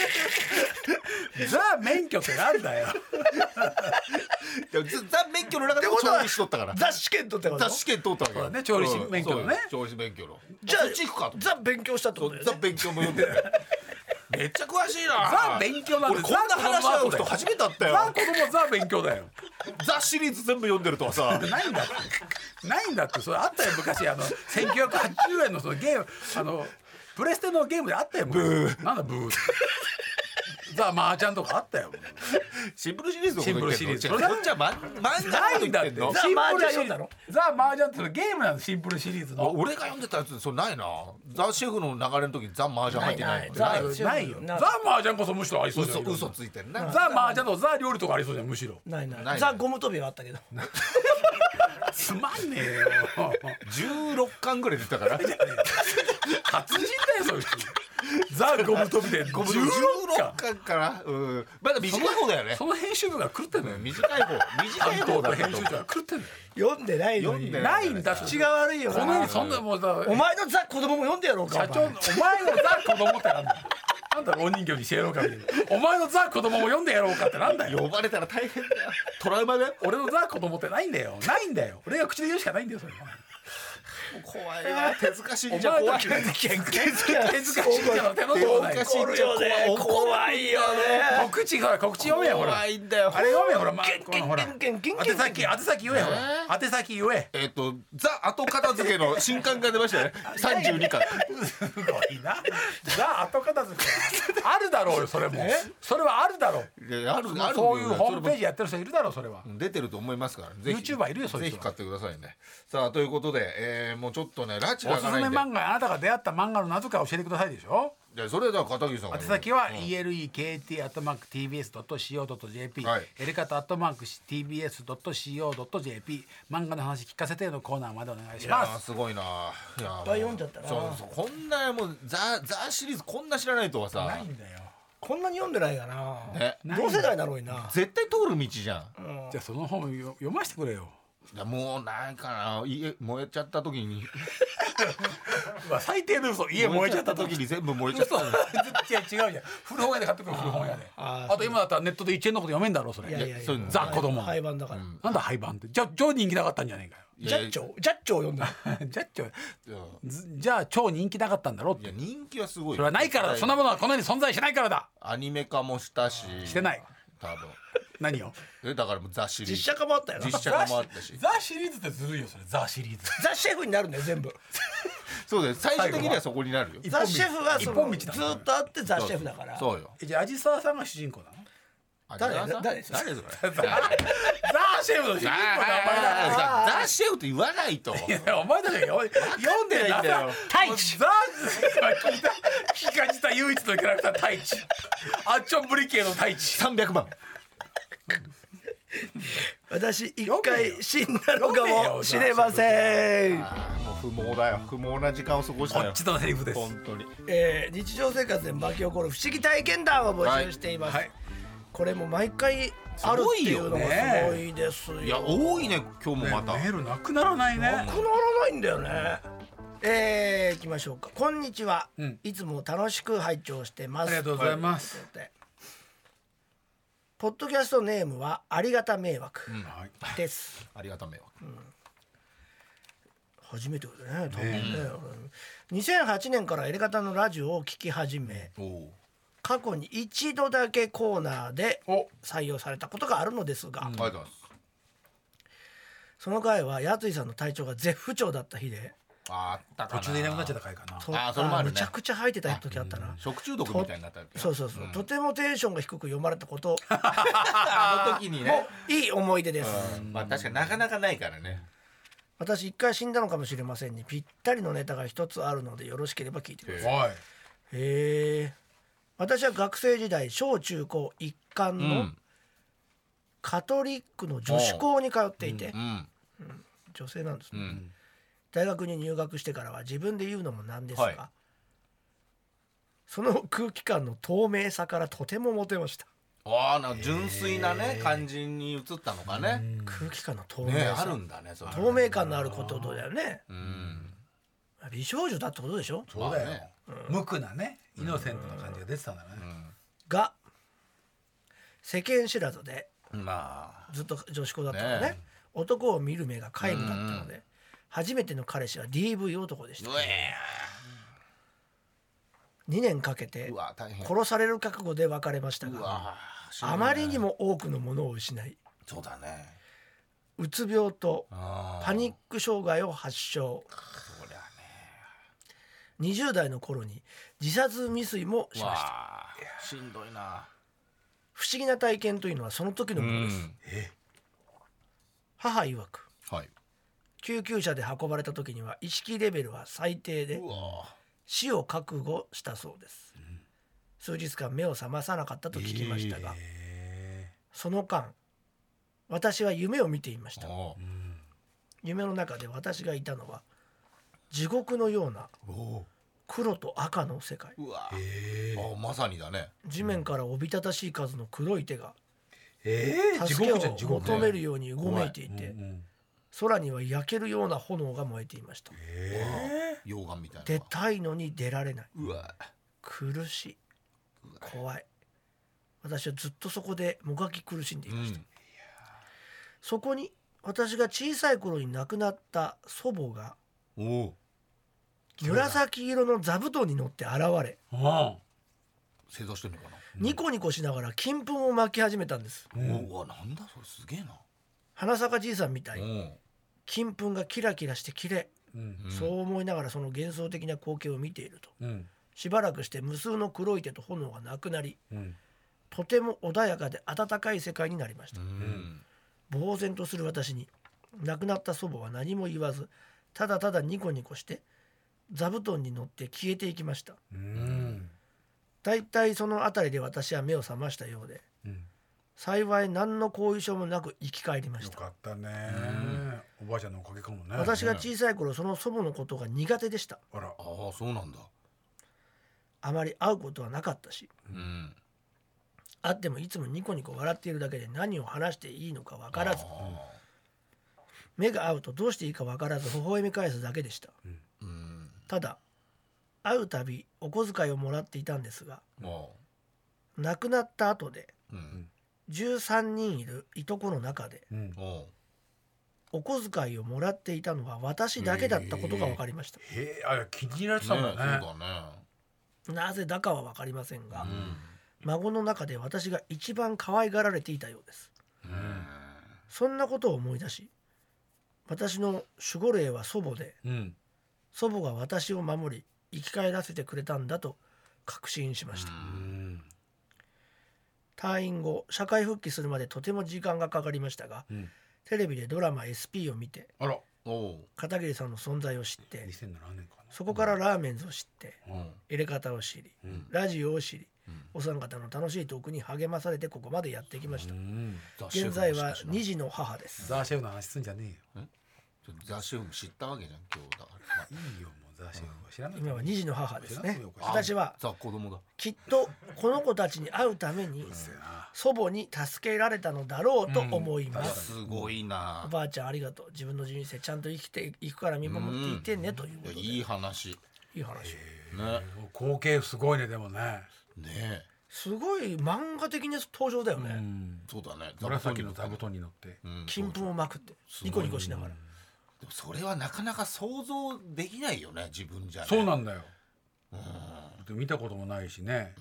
ザ免許ってなんだよ。 でもザザ免許の中でも調理師取ったからザ試験取ってこと。 ザ試験取ったわけよそうだね調理師免許のねうんそうよ調理師免許のじゃあそっち行くかとザ勉強したってことだよね。 ザ勉強も読んでるめっちゃ詳しいなザ勉強なんて俺こんな話し合う人初めて会ったよザ子供ザ勉強だよ。 ザシリーズ全部読んでるとはさないんだってないんだってそれあったよ昔あのせんきゅうひゃくはちじゅうえんのそのゲームあのプレステのゲームであったよもう。ブーなんだブーザ・マーちゃんとかあったよ。 シンプルシリーズのこと言ってんのシンプルシリーズ違うこっちは漫漫画ないんだってのこと言ってんのザマージャン読んだの。 ザ・マージャンってそのゲームなのシンプルシリーズの。 俺が読んでたやつそれないなザ・シェフの流れの時にザ・マージャン入ってないのないないザないよ。 なザ・マージャンこそむしろありそうじゃん。 嘘嘘ついてんなザ・マージャンとザ・料理とかありそうじゃんむしろ。 ないないないザゴム跳びはあったけど。 つまんねえよ。 じゅうろっかんぐらい出たから達人だよそいつ。ザ・ゴム跳びでごめんじゅうろっかん。 かんからうんまだ短い方だよねその編集部が狂ってんのよ。 短い方短い担当方だったと思うと編集長が狂ってんのよ。 読んでないのに。 読んでないんだって。 口が悪いよな。 この世にそんなもうだお前のザ子供も読んでやろうか。 社長お前のザ子供ってなんだよ。なんだろうお人形にしてやろうかみたいな。お前のザ子供も読んでやろうかってなんだよ。 呼ばれたら大変だよトラウマだよ俺のザ子供ってないんだよ。ないんだよ。俺が口で言うしかないんだよそれ。 怖いな手塚信お前者怖いたち手塚信者の手の甲だよ。 手塚信者怖い怖いよね。 告知ほら告知読めよほら。 怖いんだよあれ読めよほらまケンこのほら。 ケンケンケンケン宛先宛先言えほら。宛先言え。 えっとザ後片付けの新刊が出ましたねさんじゅうにかんすごいな。ザ後片付けあるだろうよそれも。それはあるだろう。 いやあるあるそういうホームページやってる人いるだろうそれは。 出てると思いますからぜひ YouTuber いるよそいつはぜひ買ってくださいねさあということで、えー、もうちょっとね拉致おすすめが開かないんで漫画あなたが出会った漫画の名付け教えてくださいでしょ。 じゃあそれだから片桐さんが宛先は イーエルイーケーティー アットマーク ティービーエス ドット シーオー ドット ジェーピー、 はい、 エレカタアットマーク ティービーエス ドット シーオー ドット ジェーピー、漫画の話聞かせてのコーナーまでお願いします。 いやすごいな。いやいっぱい読んじゃったな。 そうそう、こんなもうザザシリーズこんな知らないとはさ。 ないんだよ。 こんなに読んでないかな、 ね、 同世代なのにな。 絶対通る道じゃん、 うん、 じゃあその本よ読ませてくれよ。 いやもうないかな、家燃えちゃった時にまあ最低の嘘、家燃えちゃった時に全部燃えちゃったの。 違う違うじゃん、古本屋で買ってくる古本屋で。あ, あと今だったらネットでいちえんのこと読めんだろそれ。 いやいやいや、 そういうのザ子供廃盤だから、うん、 なんだ廃盤って。じゃあ超人気なかったんじゃねえかよ。 ジャッチョジャッチョを読んだジャッチョじゃあ超人気なかったんだろって。 いや人気はすごい。 それはないからだ。そんなものはこの世に存在しないからだ。 アニメ化もしたし。 してない多分。 何を？ えだからもうザシリーズ。 実写化もあったよな。 実写化もあったし。 ザシリーズってずるいよそれ。ザシリーズ。 ザシェフになるんだよ全部。 そうだよ。最終的にはそこになるよ。 ザシェフはその一本道だ。 ずっとあってザシェフだから。 そうよ。 じゃあ味沢さんが主人公なの？ 誰誰誰それ？ ザシェフの主人公の名前だ。 ザシェフって言わないと。 いやお前だけ読んでないんだよ。 太一。 ザ聞かじた唯一のキャラクター太一。アッチョンブリケーの太一。 三百万。 私一回死んだのかもしれません。 もう不毛だよ。不毛な時間を過ごしたよ。 こっちのセリフです。 本当に。 えー、日常生活で巻き起こる不思議体験談を募集しています。はいはい、これも毎回あるっていうのがすごいですよ。 いや多いね今日もまた。 メールなくならないね。 なくならないんだよね。えー、行きましょうか。こんにちは、うん、いつも楽しく拝聴してます。 ありがとうございます。 ポッドキャストネームはありがた迷惑です、 うん、ありがた迷惑、うん、 初めてだね多分ね、うん、にせんはちねんからエレガタのラジオを聞き始め、過去に一度だけコーナーで採用されたことがあるのですが、うん、その回はやついさんの体調が絶不調だった日で、 あったかな、 途中でいなくなっちゃった回かな。 あそれもあるね。 めちゃくちゃ吐いてた時あったな、 うん、食中毒みたいになったっけ。 そうそうそう、うん、とてもテンションが低く読まれたことあの時にねいい思い出です、 うん、まあ確かになかなかないからね。 私一回死んだのかもしれませんにぴったりのネタが一つあるのでよろしければ聞いてください。へえ。私は学生時代小中高一貫のカトリックの女子校に通っていて、うんうんうん、女性なんですね、うん、大学に入学してからは自分で言うのもなんですが、はい、その空気感の透明さからとてもモテました。 ああ、なんか純粋なね感じに映ったのかね。 空気感の透明さ、 ね、あるんだね。それ透明感のあることだよね。うん、美少女だってことでしょ。 そうだよ、ね、うん、無垢なねイノセントな感じが出てたんだね、うん、 が世間知らずで、 まあ、 ずっと女子校だったのね、ね、男を見る目が皆無だったので、初めての彼氏は ディーブイ 男でした。にねんかけて殺される覚悟で別れましたが、あまりにも多くのものを失い、 そうだね、 うつ病とパニック障害を発症。 そりゃね、 にじゅう代の頃に自殺未遂もしました。 しんどいな。 不思議な体験というのはその時のものです、うん、え母曰く、はい、救急車で運ばれた時には意識レベルは最低で死を覚悟したそうです、うん、数日間目を覚まさなかったと聞きましたが、えー、その間私は夢を見ていました、うん、夢の中で私がいたのは地獄のような黒と赤の世界。 うわ、えー、あまさにだね。 地面からおびただしい数の黒い手が、 えー、 助けを求めるようにうごめいていて、うんうん、空には焼けるような炎が燃えていました、 えー、溶岩みたいな。 出たいのに出られない。 うわ、 苦しい、怖い。私はずっとそこでもがき苦しんでいました、うん、そこに私が小さい頃に亡くなった祖母がお紫色の座布団に乗って現れ、 正座してるのかな、 ニコニコしながら金粉を巻き始めたんです、 うん、うわ、なんだそれ、すげえな。 花咲じいさんみたいに金粉がキラキラして綺麗、うん、そう思いながらその幻想的な光景を見ていると、うん、しばらくして無数の黒い手と炎がなくなり、うん、とても穏やかで温かい世界になりました、うん、呆然とする私に亡くなった祖母は何も言わず、ただただニコニコして座布団に乗って消えていきました。うん、 だいたいそのあたりで私は目を覚ましたようで、うん、幸い何の後遺症もなく生き返りました。 よかったね、うん、おばあちゃんのおかげかもね。 私が小さい頃その祖母のことが苦手でした。 あら、ああそうなんだ。 あまり会うことはなかったし、うん、会ってもいつもニコニコ笑っているだけで何を話していいのか分からず、目が合うとどうしていいか分からず微笑み返すだけでした、うん、ただ会うたびお小遣いをもらっていたんですが、亡くなった後で、うん、じゅうさんにんいるいとこの中で、うん、お小遣いをもらっていたのは私だけだったことが分かりました。 へえ、あれ気になってたんだね。ね、そうだね。なぜだかは分かりませんが、うん、孫の中で私が一番可愛がられていたようです、うん、そんなことを思い出し、私の守護霊は祖母で、うん、祖母が私を守り生き返らせてくれたんだと確信しました。うん、退院後社会復帰するまでとても時間がかかりましたが、うん、テレビでドラマ エスピー を見て、あら、片桐さんの存在を知って、にせんななねんかな、そこからラーメンズを知って、うん、入れ方を知り、うん、ラジオを知り、うん、お三方の楽しいトークに励まされてここまでやってきました。うん、現在はに児の母です。 ザーシェフの話すんじゃねえよ。 ザーシェフも知ったわけじゃん今日だから、まあ、いいよもうザーシェフは知らない。今はに児の母ですね。私はザ子供だ。 きっとこの子たちに会うために祖母に助けられたのだろうと思います、 うん、すごいな。 おばあちゃんありがとう。自分の人生ちゃんと生きていくから見守っていてね、ということで。 いい話、 いい話、 ね、光景すごいね。でもね、 ね、 すごい漫画的な登場だよね。うん、 そうだね。 紫の座布団に乗って、 うん、金粉をまくってニコニコしながら、 でもそれはなかなか想像できないよね、自分じゃね。 そうなんだよ、うん、見たこともないしね、うん、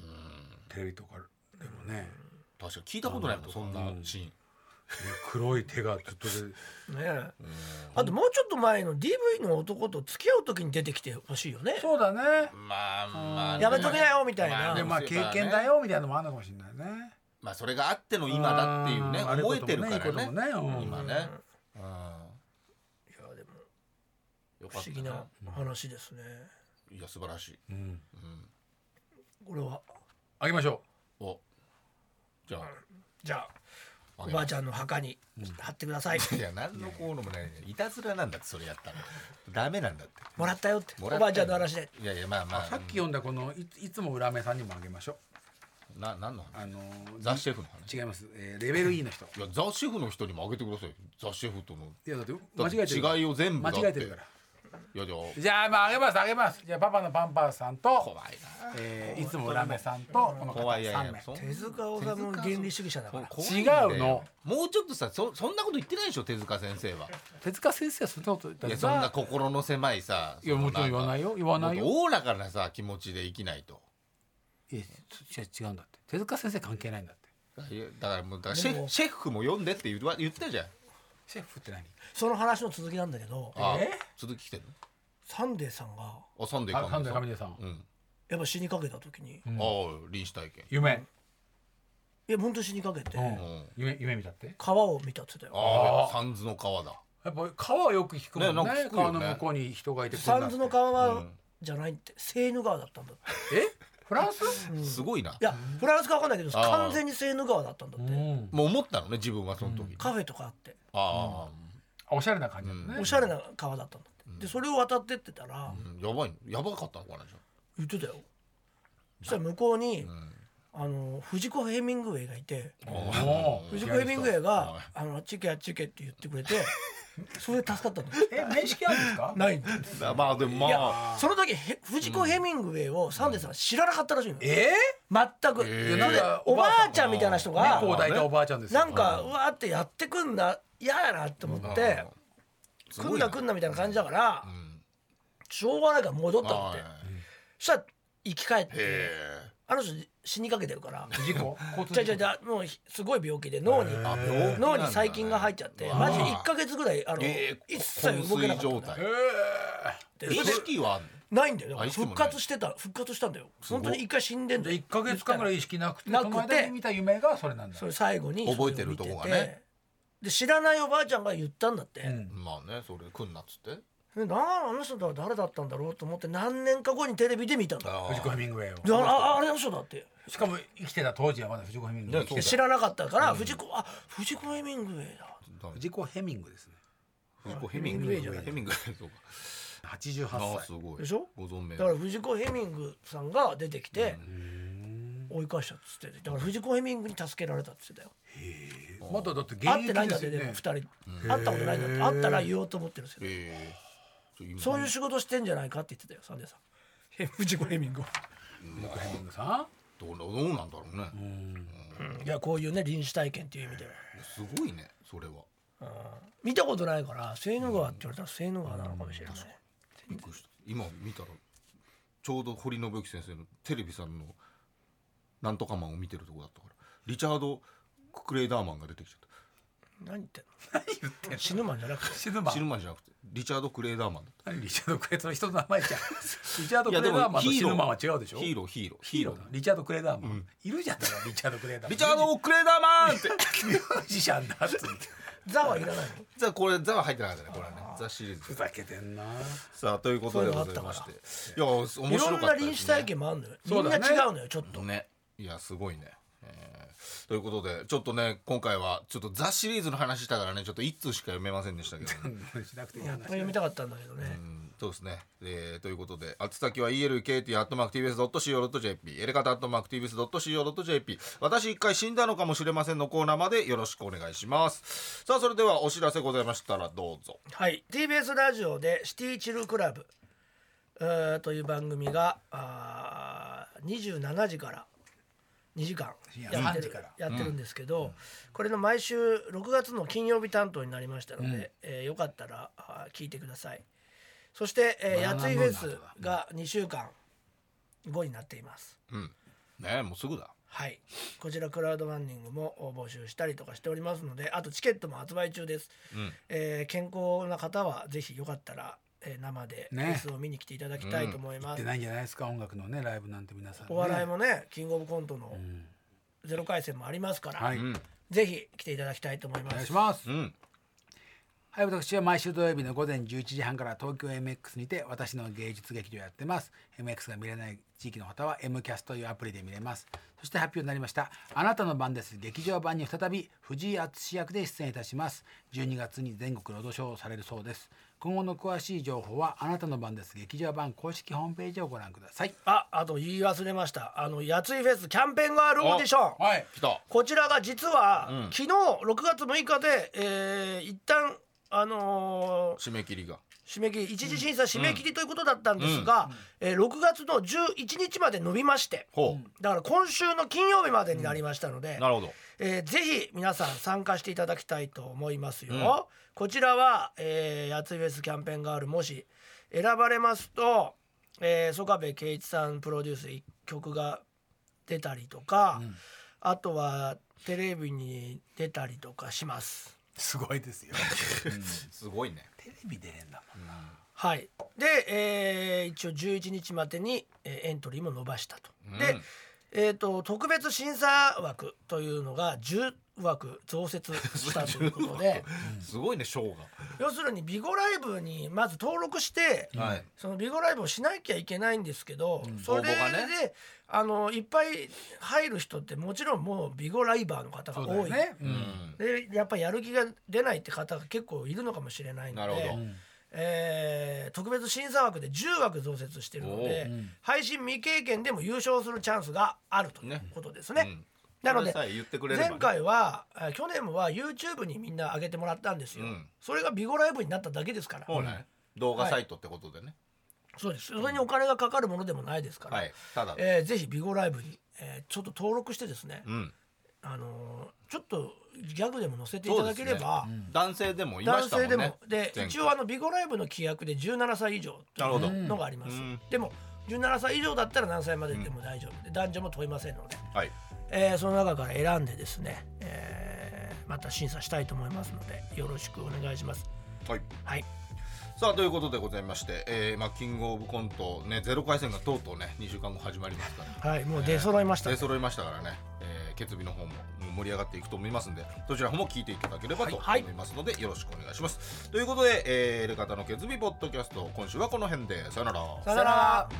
テレビとかでもね、 うん、確か聞いたことないもんそんなシーン、ね、 黒い手がずっとで、 ね、うん、あともうちょっと前の ディーブイ の男と付き合う時に出てきてほしいよね。 そうだね。 まあまあ、 やめとけなよみたいな、まあ、 でまあ経験だよみたいなのもあるのかもしれないね。 まあそれがあっての今だっていうね、思えてるからね、ね、今ね、うん、 不思議な話ですね、 うん、いや素晴らしい、うんうん、 これはあげましょう。お、じゃあじゃあおばあちゃんの墓に貼ってください、 うん、いや何のこうのもない、いたずらなんだって、それやったらダメなんだって。 もらったよっておばあちゃんの話で。 いやいやまあまあ、 さっき読んだこの い, いつも裏目さんにもあげましょう。 な何の話？ あのザ・シェフの話。 違います、えー、レベル E の人。 いやザ・シェフの人にもあげてください。ザ・シェフとの、 いやだって間違えてる、 違いを全部間違えてるから。 いやじゃあじゃあまああげますあげます。じゃあパパのパンパースさんと怖いな、 えー、いつもラメさんとこの方さんめい。 手塚治虫原理主義者だから。 違うの。 もうちょっとさ そ, そんなこと言ってないでしょ手塚先生は。 手塚先生はそんなこと言ったら、 いやそんな心の狭いさ、 いやもちろん言わないよ言わないよ。 おおらかなさ気持ちで生きないと。 いや違うんだって。手塚先生関係ないんだって。 いやだからもうだからシェシェフも読んでって言う言ったじゃん。 シェフって何？ その話の続きなんだけど、 あえ続き来てるの？ サンデーさんがあサンデーサンデー神出さん、 うん、やっぱ死にかけた時に、 うん、ああ臨死体験夢いや本当死にかけて、うん、 夢, 夢見たって川を見たって言ってたよ。 ああサンズの川だ。 やっぱ川はよく聞くもんね。ねね川の向こうに人がいてサンズの川は、うん、じゃないってセーヌ川だったんだって。 えフランス、 うん、すごいな。 いやフランスか分かんないけど完全にセーヌ川だったんだって、うん、 もう思ったのね自分はその時、うん、 カフェとかあってあ、 うん、おしゃれな感じだね、 うん、おしゃれな川だったんだって、うん、でそれを渡ってってたら、 うん、やばいやばかったのかな。 言ってたよ。そしたら向こうに、うん、あの藤子ヘミングウェイがいて、藤子ヘミングウェイがあのあっち行けあっち行けって言ってくれてそれで助かったの。 え面識あるんですか？ ないんまあでもまあその時藤子ヘミングウェイをサンデーさん知らなかったらしいの。 えー、全く、えー、なんでおばあちゃんみたいな人が猫を抱いたおばあちゃんですよ。 なんかうわーってやってくんな嫌やなって思って来んな来んなみたいな感じだから、うん、しょうがないから戻ったって。そしたら生き返ってあの人死にかけてるから事故じゃじゃじゃもうすごい病気で脳に脳に細菌が入っちゃってマジいっかげつぐらいあの一切動けなかったんだよ。 意識はないんだよ。復活してた復活したんだよ。本当に一回死んでんだよ。 いっかげつかんぐらい意識なくてその間に見た夢がそれなんだ。 それ最後に覚えてるとこがね。 で知らないおばあちゃんが言ったんだって、 うん、まあねそれ来んなっつってでなあの人は誰だったんだろうと思って何年か後にテレビで見たの。 藤子ヘミングウェイを。 で あ, あ, あれの人だって。 しかも生きてた当時はまだ藤子ヘミングウェイ知らなかったから、うん、藤子あ藤子ヘミングウェイだ。 藤子ヘミングですね。 藤子ヘミングウェイじゃない。ヘミングウェイとか。 はちじゅうはっさい。 すごいでしょ。 ご存命。 だから藤子ヘミングさんが出てきて追い返したっつって、だから藤子ヘミングに助けられたっつってたよ。 へえ。まだだって現会って役ないんだってね、 ですよね。 ふたり会ったことないんだって。会ったら言おうと思ってるんですよ。 へえ。そういう仕事してんじゃないかって言ってたよ、サンデーさん。藤子ヘミング。 藤子ヘミングさん。 どうどうなんだろうね。 うん、いやこういうね臨死体験っていう意味では。 すごいねそれは。 見たことないからセーヌ川って言われたらセーヌ川なのかもしれない。 びっくりした。今見たらちょうど堀信之先生のテレビさんのなんとかマンを見てるとこだったからリチャード・クレイダーマンが出てきちゃった。 何言ってんの。何言ってんの。死ぬマンじゃなくて死ぬマン。 死ぬマンじゃなくてリチャード・クレイダーマンだった。 何リチャード・クレイダーマン人の名前じゃん。リチャード・クレイダーマンと死ぬマンは違うでしょ。 ヒーローヒーローヒーローだ。リチャード・クレイダーマン、うん、いるじゃん。だからリチャード・クレイダーマン。 リチャード・クレイダーマンってミュージシャンだってザはいらないの。 ザこれザは入ってなかったね。これはねザシリーズふざけてんな。 さあということでございましていや面白かったですね。 いろんな臨死体験もあるのよ。みんな違うのよちょっとね。いやすごいね、えー、ということでちょっとね今回はちょっとザシリーズの話したからねちょっと一通しか読めませんでしたけど、ね、 しなくていいやっぱり読みたかったんだけどね。 うんそうですね、えー、ということで宛先は イーエルケーティー アットマーク ティービーエス ドット シーオー ドット ジェーピー エレカタ アットマーク ティービーエス ドット シーオー ドット ジェーピー 私一回死んだのかもしれませんのコーナーまでよろしくお願いします。さあそれではお知らせございましたらどうぞ。 はい ティービーエス ラジオでシティチルクラブという番組があにじゅうしちじからにじかんやってる、やってるんですけど、うん、これの毎週ろくがつの金曜日担当になりましたので、うんえー、よかったら聞いてください。そして、えー、やついフェスがにしゅうかんごになっています、 うんね、もうすぐだ。 はい、こちらクラウドファンディングも募集したりとかしておりますので、あとチケットも発売中です、うんえー、健康な方はぜひよかったらえー、生でフェスを見に来ていただきたいと思います、ねうん、行ってないんじゃないですか音楽のねライブなんて皆さん、ね、 お笑いもねキングオブコントのゼロ回戦もありますから、うん、ぜひ来ていただきたいと思います。 お願いします、 うんはい、私は毎週土曜日の午前じゅういちじはんから東京 エムエックス にて私の芸術劇場をやってます。 エムエックス が見れない地域の方は エムキャス というアプリで見れます。そして発表になりましたあなたの番です劇場版に再び藤井敦役で出演いたします。じゅうにがつに全国ロードショーされるそうです。今後の詳しい情報はあなたの番です劇場版公式ホームページをご覧ください。 あ、あと言い忘れました。あのやついフェスキャンペーンガールオーディション、 はい、来た。 こちらが実は、 うん、 昨日ろくがつむいかで、えー、一旦あのー、 締め切りが締め切り一次審査締め切りということだったんですが、うんえー、ろくがつのじゅういちにちまで伸びまして、うん、だから今週の金曜日までになりましたので、うん、 なるほど、 えー、ぜひ皆さん参加していただきたいと思いますよ、うん、こちらは、えー、やついフェスキャンペーンガールもし選ばれますと、えー、曽我部圭一さんプロデュースでいっきょくが出たりとか、うん、あとはテレビに出たりとかします。 すごいですよ、 うん、すごいね。 テレビ出れんだもんな、うん、 はいで、えー、一応じゅういちにちまでに、えー、エントリーも伸ばしたと、うん、で、えー、と特別審査枠というのがじゅうわく増設したということですごいね賞が。 要するにビゴライブにまず登録して、はい、そのビゴライブをしなきゃいけないんですけど、うん、それで、ね、あのいっぱい入る人ってもちろんもうビゴライバーの方が多い、ねうん、でやっぱやる気が出ないって方が結構いるのかもしれないので、なるほど、えー、特別審査枠でじゅうわく増設しているので、うん、配信未経験でも優勝するチャンスがあるということですね、うんなので前回は去年は YouTube にみんな上げてもらったんですよ、うん、それがビゴライブになっただけですから、 そうね、動画サイトってことでね、はい、 そうです。それにお金がかかるものでもないですから、はい、ただ、えー、ぜひビゴライブに、えー、ちょっと登録してですね、うん、あのー、ちょっとギャグでも載せていただければ、ねうん、 男性でもいましたもんね。 男性でもで一応あのビゴライブの規約でじゅうななさい以上というのがあります、うん、でもじゅうななさい以上だったら何歳まででも大丈夫で、男女も問いませんので、はいえー、その中から選んでですね、えー、また審査したいと思いますのでよろしくお願いします。 はい、 はい、 さあということでございまして、えーまあ、キングオブコント、ね、ゼロ回戦がとうとうねにしゅうかんご始まりますから、 はい、もう出揃いました、ねえー、出揃いましたからね、えー、決備の方も盛り上がっていくと思いますんで、どちらも聞いていただければと思いますので、はいはい、よろしくお願いします。ということで、えー、エレカタの決備ポッドキャスト、今週はこの辺でさよなら。 さよなら。